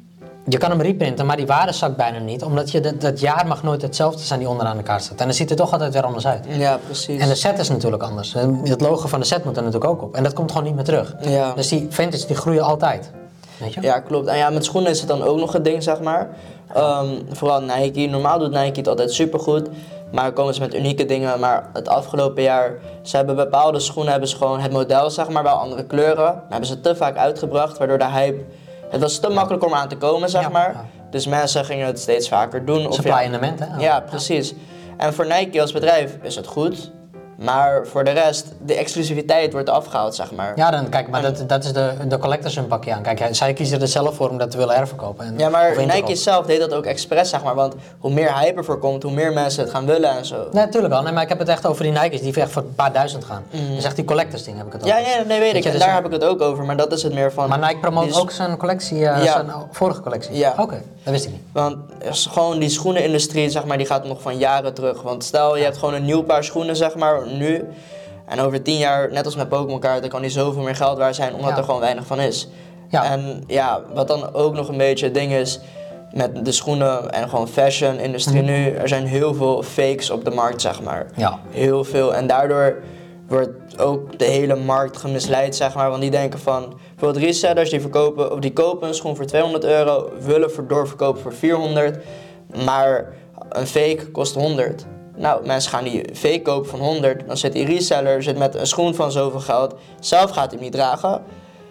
Speaker 1: je kan hem reprinten, maar die waarde zakt bijna niet. Omdat je dat, dat jaar mag nooit hetzelfde zijn die onderaan de kaart staat. En dan ziet het toch altijd weer anders uit.
Speaker 2: Ja, precies.
Speaker 1: En de set is natuurlijk anders. Het logo van de set moet er natuurlijk ook op. En dat komt gewoon niet meer terug.
Speaker 2: Ja.
Speaker 1: Dus die vintage die groeien altijd. Weet je?
Speaker 2: Ja, klopt. En ja, met schoenen is het dan ook nog het ding, zeg maar. Um, vooral Nike. Normaal doet Nike het altijd supergoed. Maar komen ze met unieke dingen. Maar het afgelopen jaar, ze hebben bepaalde schoenen, hebben ze gewoon het model, zeg maar, wel andere kleuren. Maar hebben ze te vaak uitgebracht, waardoor de hype... Het was te makkelijk om aan te komen, zeg
Speaker 1: Ja,
Speaker 2: maar.
Speaker 1: ja.
Speaker 2: Dus mensen gingen het steeds vaker doen. Of
Speaker 1: Supply
Speaker 2: ja,
Speaker 1: and demand, hè?
Speaker 2: ja, precies. En voor Nike als bedrijf is het goed. Maar voor de rest, de exclusiviteit wordt afgehaald, zeg maar.
Speaker 1: Ja, dan, kijk, maar dat, dat is de, de collectors hun pakje aan. Kijk, zij kiezen er zelf voor om dat te willen herverkopen. En,
Speaker 2: Ja, maar
Speaker 1: of in te
Speaker 2: Nike
Speaker 1: kopen.
Speaker 2: zelf deed dat ook expres, zeg maar. Want hoe meer hype ervoor komt, hoe meer mensen het gaan willen en zo.
Speaker 1: Nee, natuurlijk wel. Nee, maar ik heb het echt over die Nike's die echt voor een paar duizend gaan. Dus echt die collectors ding heb ik het over.
Speaker 2: Ja, ja, nee, weet ik.
Speaker 1: je,
Speaker 2: En
Speaker 1: dus
Speaker 2: daar
Speaker 1: ja.
Speaker 2: heb ik het ook over. Maar dat is het meer van...
Speaker 1: Maar Nike promoot
Speaker 2: die s-
Speaker 1: ook zijn collectie, uh,
Speaker 2: Ja.
Speaker 1: zijn vorige collectie?
Speaker 2: Ja.
Speaker 1: Oké, dat wist ik niet.
Speaker 2: Want is gewoon die schoenenindustrie, zeg maar, die gaat nog van jaren terug. Want stel, je hebt gewoon een nieuw paar schoenen, zeg maar, nu. En over tien jaar, net als met Pokémon kaarten, kan die zoveel meer geld waard zijn, omdat
Speaker 1: Ja.
Speaker 2: er gewoon weinig van is.
Speaker 1: Ja.
Speaker 2: En ja, wat dan ook nog een beetje het ding is, met de schoenen en gewoon fashion-industrie
Speaker 1: Mhm.
Speaker 2: nu, er zijn heel veel fakes op de markt, zeg maar.
Speaker 1: Ja.
Speaker 2: Heel veel. En daardoor wordt ook de hele markt gemisleid, zeg maar. Want die denken van, bijvoorbeeld resellers, die verkopen, of die kopen een schoen voor tweehonderd euro, willen voor doorverkopen voor vierhonderd, maar een fake kost honderd. Nou, mensen gaan die fake kopen van honderd, dan zit die reseller zit met een schoen van zoveel geld, zelf gaat hij hem niet dragen.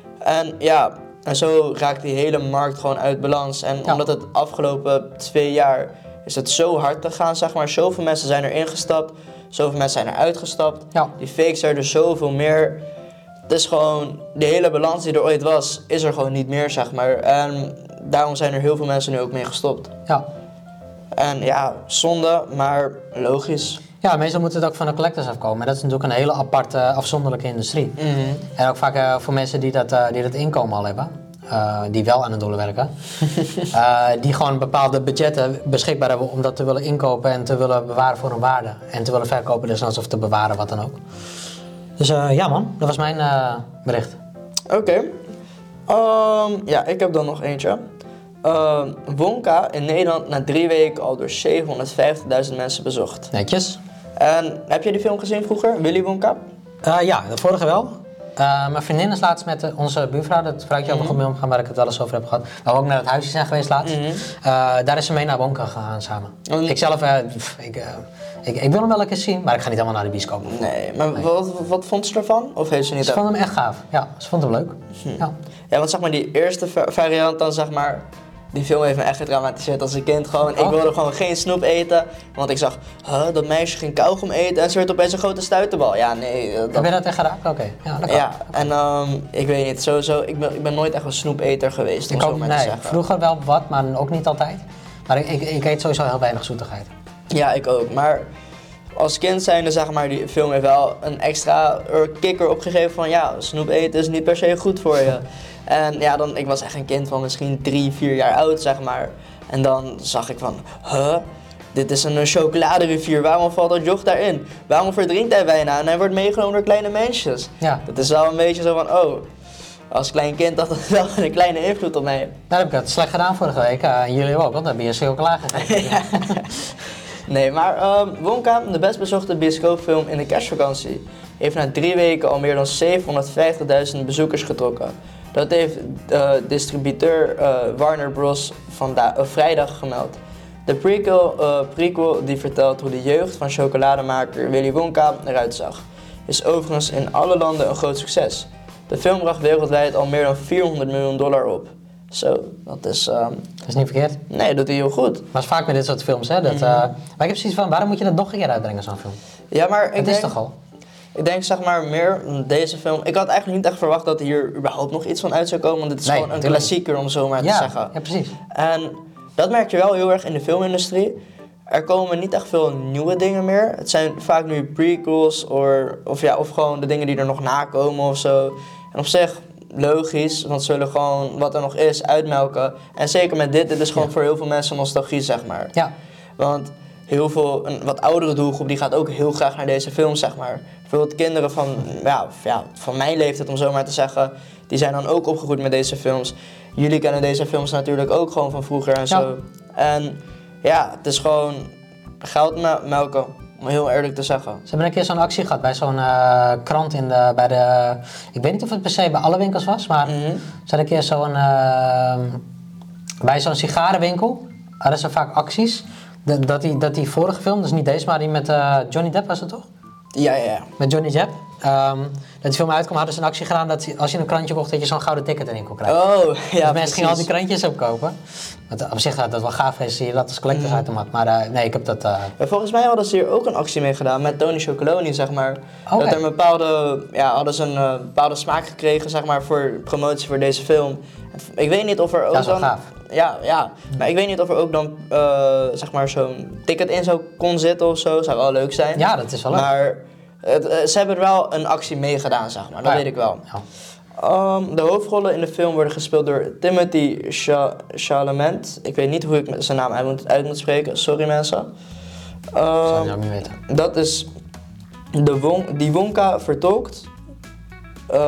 Speaker 2: En ja, en zo raakt die hele markt gewoon uit balans. En
Speaker 1: Ja.
Speaker 2: omdat het afgelopen twee jaar is het zo hard gegaan, zeg maar. Zoveel mensen zijn erin gestapt, zoveel mensen zijn er uitgestapt.
Speaker 1: Ja.
Speaker 2: Die fakes zijn er zoveel meer. Het is gewoon, de hele balans die er ooit was, is er gewoon niet meer, zeg maar. En daarom zijn er heel veel mensen nu ook mee gestopt.
Speaker 1: Ja.
Speaker 2: En ja, zonde, maar logisch.
Speaker 1: Ja, meestal moet het ook van de collectors afkomen. En dat is natuurlijk een hele aparte, afzonderlijke industrie. En ook vaak uh, voor mensen die dat, uh, die dat inkomen al hebben, uh, die wel aan het doelen werken, uh, die gewoon bepaalde budgetten beschikbaar hebben om dat te willen inkopen en te willen bewaren voor een waarde. En te willen verkopen, dus alsof te bewaren, wat dan ook. Dus uh, ja man, dat was mijn uh, bericht.
Speaker 2: Oké. Okay. Um, ja, ik heb dan nog eentje. Uh, Wonka in Nederland na drie weken al door zevenhonderdvijftigduizend mensen bezocht.
Speaker 1: Netjes.
Speaker 2: En heb je die film gezien vroeger, Willy Wonka?
Speaker 1: Uh, ja, de vorige wel. Uh, mijn vriendin is laatst met uh, onze buurvrouw, dat vrouwtje over goed mee omgaan waar ik het wel eens over heb gehad. Waar we ook naar het huisje zijn geweest laatst.
Speaker 2: Mm-hmm.
Speaker 1: Uh, daar is ze mee naar Wonka gegaan samen.
Speaker 2: Mm.
Speaker 1: Ik zelf, uh, pff, ik, uh, ik, ik wil hem wel een keer zien, maar ik ga niet helemaal naar de bioscoop.
Speaker 2: Nee, maar
Speaker 1: Nee.
Speaker 2: Wat, wat vond ze ervan? Of heeft ze niet
Speaker 1: Ze vond hem echt gaaf. Ja, ze vond hem leuk.
Speaker 2: Hm.
Speaker 1: Ja.
Speaker 2: Ja, want zeg maar die eerste va- variant dan zeg maar, die film heeft me echt getraumatiseerd als een kind gewoon. Ik
Speaker 1: Oh.
Speaker 2: wilde gewoon geen snoep eten, want ik zag, huh, dat meisje ging kauwgom eten en ze werd opeens een grote stuiterbal. Ja, nee. eh,
Speaker 1: Heb
Speaker 2: Dat...
Speaker 1: je dat echt geraakt? Oké, okay. Ja, dat kan.
Speaker 2: Ja, en um, ik weet niet, sowieso, ik ben, ik ben nooit echt een snoepeter geweest, om
Speaker 1: Ik
Speaker 2: zo
Speaker 1: ook,
Speaker 2: maar te
Speaker 1: nee,
Speaker 2: zeggen.
Speaker 1: vroeger wel wat, maar ook niet altijd. Maar ik, ik, ik eet sowieso heel weinig zoetigheid.
Speaker 2: Ja, ik ook, maar als kind zijnde, zeg maar, die film heeft wel een extra kikker opgegeven van ja, snoep eten is niet per se goed voor je. En ja, dan, ik was echt een kind van misschien drie, vier jaar oud, zeg maar. En dan zag ik van, huh? Dit is een chocoladerivier, waarom valt dat joch daarin? Waarom verdrinkt hij bijna en hij wordt meegenomen door kleine mensjes?
Speaker 1: Ja.
Speaker 2: Dat is wel een beetje zo van, oh, als klein kind had dat wel een kleine invloed op mij.
Speaker 1: Daar heb ik het slecht gedaan vorige week. Uh, en jullie ook, want dan heb je chocola gegeten.
Speaker 2: Ja. Nee, maar um, Wonka, de best bezochte bioscoopfilm in de kerstvakantie, heeft na drie weken al meer dan zevenhonderdvijftigduizend bezoekers getrokken. Dat heeft uh, distributeur uh, Warner Bros. Vanda- uh, vrijdag gemeld. De prequel, uh, prequel die vertelt hoe de jeugd van chocolademaker Willy Wonka eruit zag, is overigens in alle landen een groot succes. De film bracht wereldwijd al meer dan vierhonderd miljoen dollar op. Zo, dat is... Um,
Speaker 1: Dat is niet verkeerd.
Speaker 2: nee, dat doet hij heel goed.
Speaker 1: Maar het is vaak met dit soort films, hè. Dat, uh, maar ik heb precies van, waarom moet je dat nog een keer uitbrengen, zo'n film?
Speaker 2: Ja, maar ik
Speaker 1: Het
Speaker 2: denk...
Speaker 1: is toch al?
Speaker 2: Ik denk zeg maar meer deze film. Ik had eigenlijk niet echt verwacht dat hier überhaupt nog iets van uit zou komen. Want dit is
Speaker 1: Nee,
Speaker 2: gewoon een
Speaker 1: natuurlijk.
Speaker 2: klassieker om zo maar
Speaker 1: Ja,
Speaker 2: te zeggen.
Speaker 1: ja, precies.
Speaker 2: En dat merk je wel heel erg in de filmindustrie. Er komen niet echt veel nieuwe dingen meer. Het zijn vaak nu prequels or, of, ja, of gewoon de dingen die er nog nakomen of zo. En op zich logisch, want ze willen gewoon wat er nog is uitmelken. En zeker met dit, dit is gewoon
Speaker 1: Ja.
Speaker 2: voor heel veel mensen nostalgie zeg maar.
Speaker 1: Ja.
Speaker 2: Want heel veel, een wat oudere doelgroep, die gaat ook heel graag naar deze films, zeg maar. Bijvoorbeeld kinderen van, ja, of ja, van mijn leeftijd, om zo maar te zeggen, die zijn dan ook opgegroeid met deze films. Jullie kennen deze films natuurlijk ook gewoon van vroeger en zo. Ja. En ja, het is gewoon geld melken, om heel eerlijk te zeggen.
Speaker 1: Ze hebben een keer zo'n actie gehad bij zo'n uh, krant in de, bij de, ik weet niet of het per se bij alle winkels was, maar mm-hmm. ze hadden een keer zo'n, uh, bij zo'n sigarenwinkel hadden ze vaak acties. De, dat, die, dat die vorige film, dus niet deze, maar die met uh, Johnny Depp was het toch?
Speaker 2: Ja, ja, ja.
Speaker 1: Met Johnny Depp. Um, dat die film uitkwam, hadden ze een actie gedaan dat als je een krantje kocht, dat je zo'n gouden ticket erin kon krijgen.
Speaker 2: Oh, ja,
Speaker 1: dus mensen
Speaker 2: precies.
Speaker 1: gingen al die krantjes opkopen. Want op zich had dat wel gaaf is, je dat als collectors mm. automaat. Maar uh, nee, ik heb dat... Uh...
Speaker 2: Volgens mij hadden ze hier ook een actie mee gedaan met Tony Chocolonely, zeg maar. Okay. Dat er een bepaalde, ja, hadden ze een uh, bepaalde smaak gekregen, zeg maar, voor promotie voor deze film. Ik weet niet of er ook
Speaker 1: dat is wel
Speaker 2: dan...
Speaker 1: gaaf.
Speaker 2: Ja, ja, maar ik weet niet of er ook dan, uh, zeg maar, zo'n ticket in zou kon zitten of zo. Zou wel leuk zijn.
Speaker 1: Ja, dat is wel leuk.
Speaker 2: Maar het, uh, ze hebben wel een actie meegedaan, zeg maar. Dat ja. weet ik wel. Ja. Um, de hoofdrollen in de film worden gespeeld door Timothy Chalamet. Ik weet niet hoe ik zijn naam uit moet, uit moet spreken. Sorry, mensen. Um,
Speaker 1: dat zou je ook niet weten.
Speaker 2: Dat is de Won die Wonka vertolkt. Uh,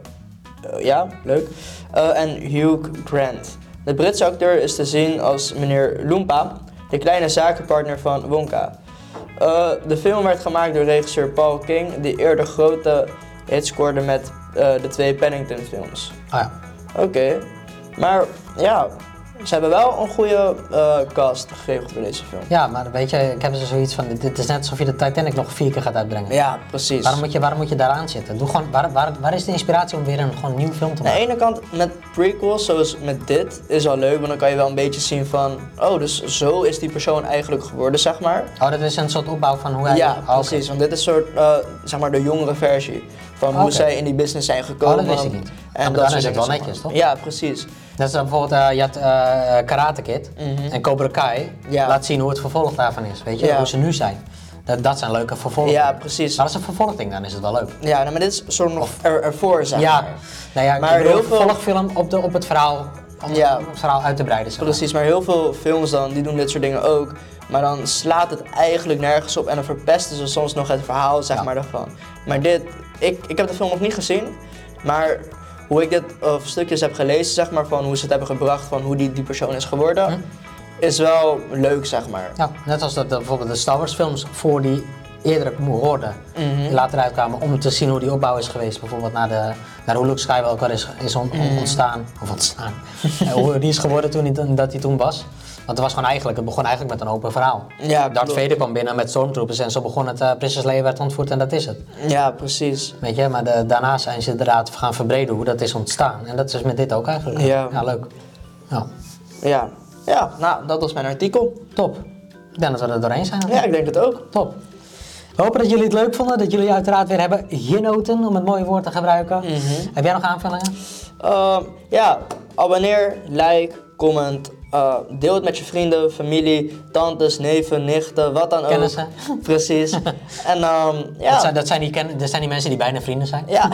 Speaker 2: uh, ja, leuk. Uh, en Hugh Grant. De Britse acteur is te zien als meneer Loompa, de kleine zakenpartner van Wonka. Uh, de film werd gemaakt door regisseur Paul King, die eerder grote hits scoorde met uh, de twee Paddington films.
Speaker 1: Ah ja.
Speaker 2: Oké, okay. Maar ja, ze hebben wel een goede uh, cast geregeld voor deze film.
Speaker 1: Ja, maar weet je, ik heb er zoiets van, dit is net alsof je de Titanic nog vier keer gaat uitbrengen.
Speaker 2: Ja, precies.
Speaker 1: Waarom moet je, waarom moet je daaraan zitten? Doe gewoon, waar, waar, waar is de inspiratie om weer een gewoon nieuw film te maken?
Speaker 2: Aan de ene kant, met prequels zoals met dit, is wel leuk, want dan kan je wel een beetje zien van, oh, dus zo is die persoon eigenlijk geworden, zeg maar.
Speaker 1: Oh, dat is een soort opbouw van hoe hij...
Speaker 2: Ja,
Speaker 1: oh,
Speaker 2: precies, okay. Want dit is een soort, uh, zeg maar, de jongere versie van okay. hoe zij in die business zijn gekomen.
Speaker 1: Oh, dat wist ik niet. En ja, dat is het wel netjes, toch?
Speaker 2: Ja, precies.
Speaker 1: Dat is dan bijvoorbeeld, uh, je had uh, Karate Kid mm-hmm. en Cobra Kai, ja. laat zien hoe het vervolg daarvan is, weet je, ja. hoe ze nu zijn. Dat, dat zijn leuke vervolgen.
Speaker 2: Ja, precies.
Speaker 1: Maar als een vervolgding, dan is het wel leuk.
Speaker 2: Ja, nou, maar dit is soort nog er, ervoor, zeg
Speaker 1: ja.
Speaker 2: maar.
Speaker 1: Nou ja, maar heel veel vervolgfilm op, de, op het verhaal, om
Speaker 2: ja.
Speaker 1: het verhaal uit te breiden. Zeg maar.
Speaker 2: Precies, maar heel veel films dan, die doen dit soort dingen ook. Maar dan slaat het eigenlijk nergens op en dan verpesten ze soms nog het verhaal, zeg ja. maar, daarvan. Maar dit, ik, ik heb de film nog niet gezien, maar hoe ik dit of stukjes heb gelezen, zeg maar, van hoe ze het hebben gebracht, van hoe die, die persoon is geworden, hm? is wel leuk, zeg maar.
Speaker 1: Ja, net als dat, bijvoorbeeld de Star Wars films voor die eerdere hoorden, mm-hmm. die later uitkwamen, om te zien hoe die opbouw is geweest, bijvoorbeeld naar, de, naar hoe Luke Skywalker is, is on, mm. ontstaan, of ontstaan, hoe die is geworden toen hij, dat hij toen was. Want het was gewoon eigenlijk, het begon eigenlijk met een open verhaal.
Speaker 2: Ja,
Speaker 1: Darth Vader kwam binnen met stormtroopers en zo begon het, uh, Prinses Leia werd ontvoerd en dat is het.
Speaker 2: Ja, precies.
Speaker 1: Weet je, maar de, daarna zijn ze inderdaad gaan verbreden hoe dat is ontstaan. En dat is met dit ook eigenlijk.
Speaker 2: Ja,
Speaker 1: ja leuk. Ja.
Speaker 2: Ja. Ja, nou, dat was mijn artikel.
Speaker 1: Top. Ik denk dat we er doorheen zijn.
Speaker 2: Ja, ik denk het ook.
Speaker 1: Top. We hopen dat jullie het leuk vonden, dat jullie uiteraard weer hebben genoten, om het mooie woord te gebruiken. Mm-hmm. Heb jij nog aanvullingen?
Speaker 2: Uh, ja, abonneer, like, comment. Uh, deel het met je vrienden, familie, tantes, neven, nichten, wat dan ook.
Speaker 1: Kennissen.
Speaker 2: Precies. En um, ja.
Speaker 1: Dat zijn, dat, zijn die ken- dat zijn die mensen die bijna vrienden zijn.
Speaker 2: Ja.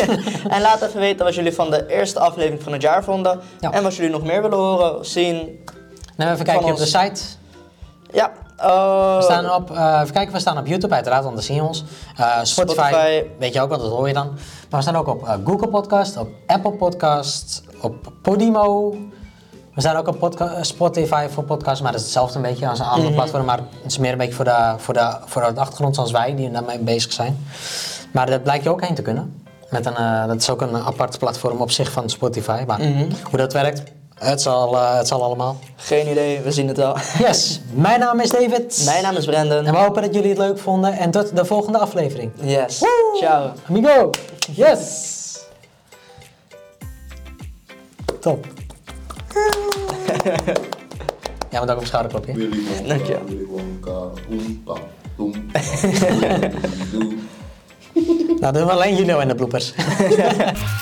Speaker 2: En laat even weten wat jullie van de eerste aflevering van het jaar vonden. Ja. En wat jullie nog meer willen horen, zien.
Speaker 1: Nou, even kijken op de site.
Speaker 2: Ja. Uh,
Speaker 1: we staan op, uh, even kijken, we staan op YouTube uiteraard, want dan zie je ons. Uh, Spotify, Spotify, weet je ook wel, dat hoor je dan. Maar we staan ook op uh, Google Podcast, op Apple Podcast, op Podimo. We staan ook op podca- Spotify voor podcasts, maar dat is hetzelfde een beetje als een andere mm-hmm. platform. Maar het is meer een beetje voor de, voor de, voor de achtergrond zoals wij, die daarmee bezig zijn. Maar dat blijkt je ook heen te kunnen. Met een, uh, dat is ook een apart platform op zich van Spotify. Maar mm-hmm. hoe dat werkt, het zal, uh, het zal allemaal.
Speaker 2: Geen idee, we zien het wel.
Speaker 1: Yes, mijn naam is David.
Speaker 2: Mijn naam is Brandon.
Speaker 1: En we hopen dat jullie het leuk vonden. En tot de volgende aflevering.
Speaker 2: Yes, Woo! Ciao.
Speaker 1: Amigo. Yes. Top. Ja, maar ook op een schouderklopje.
Speaker 2: Dank je.
Speaker 1: Nou, doen we alleen Juno en de bloopers.